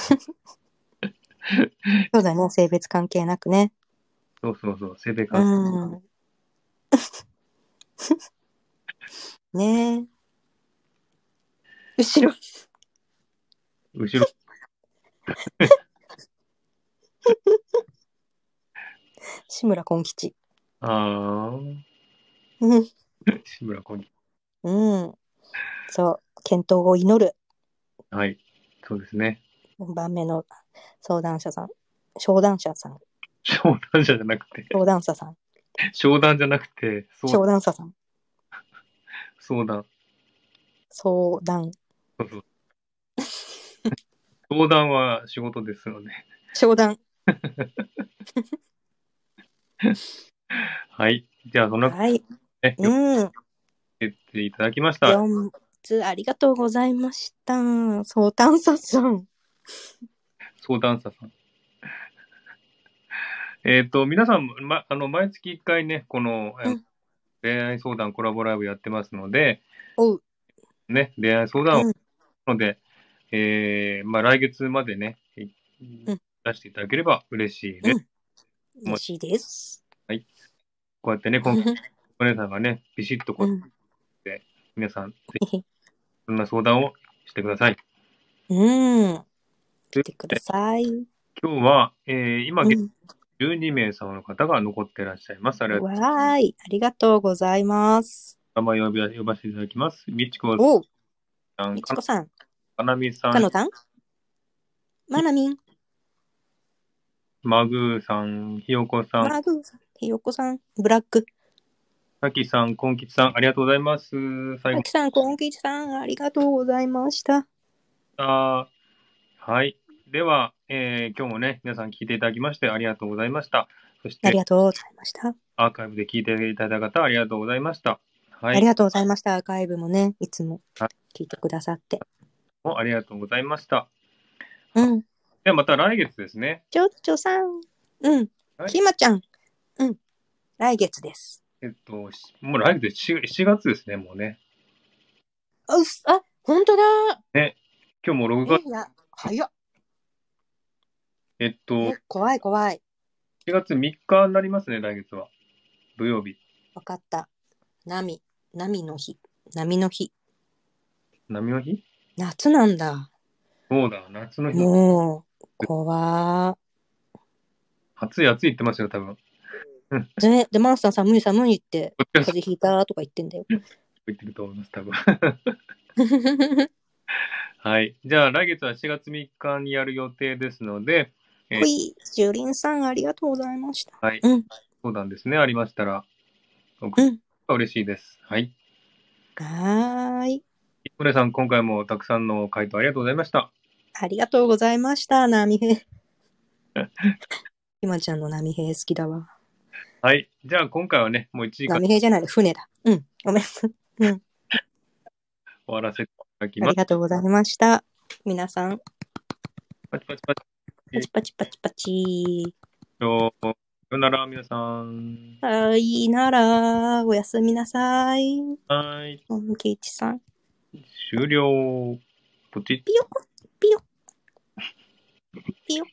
そうだね。性別関係なくね。 そうそうそう。性別う関ん。ねえ。後ろ。 後ろ。 志村こん吉。 ああ。 うん。 志村けん。 うん。そう。健闘を祈る。 はい。そうですね。 よんばんめの相談者さん。相談者さん。 商談者じゃなくて、 相談者さん。 商談じゃなくて、そう、 相談者さん。 相談。 相談。 そうそう。相談は仕事ですので。 商談。 はい。じゃあ、そんな、 はい。 ね、よくうん。 言っていただきました。 よっつありがとうございました。相談者さん。 相談者さん。えっと、皆さん、ま、あの、毎月いっかいね、この、あのうん。 恋愛相談コラボライブやってますので、 おう。 ね、恋愛相談を、 うん。 ので、えー、まあ、来月までね、 うん。 出していただければ嬉しいです。 うん。嬉しいです。 はい。こうやってね、今回、お姉さんがね、ビシッとこうやっうん。 て、皆さん、ぜひ、いろんな相談をしてください。 うん。 というこ来てくだとで、 さい。 今日は、えー、今、 うん。 じゅうにめい様の方が残っていらっしゃいます。ありがとう。 わーい。ありがとうございます。 名前を呼び呼ばせていただきます。みちこおう。 さん、かなみちこさん。 かなみさん、 かのたんまなみん。 まぐーさん、ひよこさん、 まぐーさん。ひよこさん。ブラック。 さきさん、こんきちさん、ありがとうございます。最後あきさん、こんきちさん。ありがとうございました。 あはい。では、えー今日もね、皆さん聞いていただきましてありがとうございました。そして、 ありがとうございました。 アーカイブで聞いていただいた方、ありがとうございました。はい。 ありがとうございました。アーカイブもね、いつもはい。 聞いてくださって。 もありがとうございました。 うん。 ではまた来月ですね。 ちょっちょさん。うん。 はい。 ひまちゃん。うん。来月です。 えっと、しもう来月しち、しちがつですね、もうね。 あ、うっす、あ、ほんとだ。 ね。今日も6 え、 月、 いや、早っ。 えっと、 え、怖い怖い。 しちがつみっかになりますね、来月は。土曜日。 わかった。波。波の日。波の日。 波の日。 夏なんだ。 そうだ、夏の日。 もう、怖暑い暑い言ってますよ、多分。 ね、で、マンスター寒い寒いって、風邪ひいたとか言ってんだよ。 言ってると思います、多分。はい。じゃあ、来月はしがつみっかにやる予定ですので、えーほい、ジュリンさんありがとうございました。 はい。 うん、 相談ですね、ありましたら、送ってうん。 嬉しいです。はい。 はーい。 お姉さん、今回もたくさんの回答ありがとうございました。 ありがとうございました、波平。ひまちゃんの波平好きだわ。 はい。じゃあ、今回はね、もういちじかん波平じゃない、船だ。うん、ごめん。うん、 終わらせていただきあります。 がとうございました。皆さん、 パチパチパチ。 パチパチパチパチ。 さようなら、皆さん。 はい、なら、おやすみなさい。 はい。 うん、ケイチさん。 終了。ポチッ。 ピヨコ